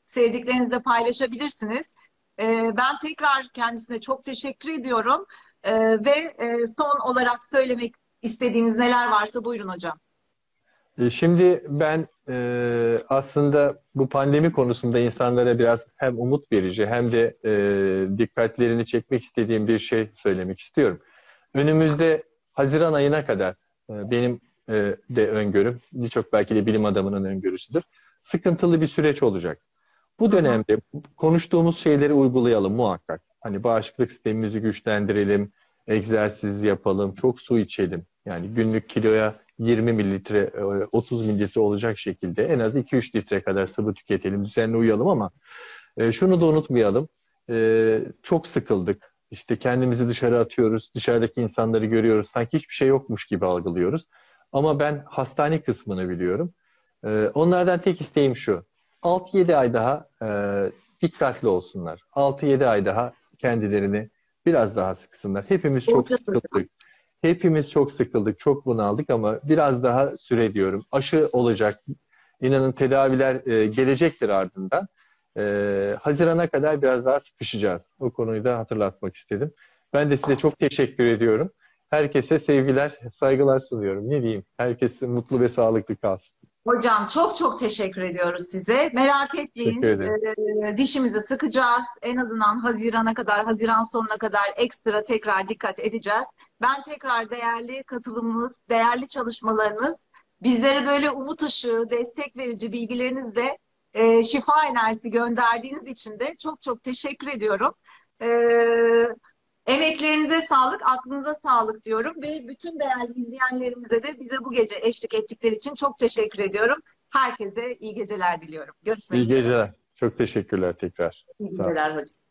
sevdiklerinizle paylaşabilirsiniz. Ben tekrar kendisine çok teşekkür ediyorum. Ve son olarak söylemek istediğiniz neler varsa buyurun hocam. Şimdi ben aslında bu pandemi konusunda insanlara biraz hem umut verici hem de dikkatlerini çekmek istediğim bir şey söylemek istiyorum. Önümüzde Haziran ayına kadar benim de öngörüm, birçok belki de bilim adamının öngörüsüdür. Sıkıntılı bir süreç olacak. Bu dönemde konuştuğumuz şeyleri uygulayalım muhakkak. Hani bağışıklık sistemimizi güçlendirelim, egzersiz yapalım, çok su içelim. Yani günlük kiloya 20 mililitre, 30 mililitre olacak şekilde en az 2-3 litre kadar sıvı tüketelim, düzenli uyuyalım ama şunu da unutmayalım. Çok sıkıldık. İşte kendimizi dışarı atıyoruz, dışarıdaki insanları görüyoruz. Sanki hiçbir şey yokmuş gibi algılıyoruz. Ama ben hastane kısmını biliyorum. Onlardan tek isteğim şu. 6-7 ay daha dikkatli olsunlar. 6-7 ay daha kendilerini biraz daha sıksınlar. Hepimiz çok sıkıldık. Hepimiz çok sıkıldık, çok bunaldık ama biraz daha süre diyorum. Aşı olacak. İnanın tedaviler gelecektir ardından. Haziran'a kadar biraz daha sıkışacağız. O konuyu da hatırlatmak istedim. Ben de size çok teşekkür ediyorum. Herkese sevgiler, saygılar sunuyorum. Ne diyeyim? Herkes mutlu ve sağlıklı kalsın. Hocam çok çok teşekkür ediyoruz size. Merak etmeyin. Dişimizi sıkacağız. En azından Haziran'a kadar, Haziran sonuna kadar ekstra tekrar dikkat edeceğiz. Ben tekrar değerli katılımınız, değerli çalışmalarınız, bizlere böyle umut ışığı, destek verici bilgilerinizle şifa enerjisi gönderdiğiniz için de çok çok teşekkür ediyorum. Emeklerinize sağlık, aklınıza sağlık diyorum ve bütün değerli izleyenlerimize de bize bu gece eşlik ettikleri için çok teşekkür ediyorum. Herkese iyi geceler diliyorum. Görüşmek üzere. İyi geceler. Çok teşekkürler tekrar. İyi geceler hocam.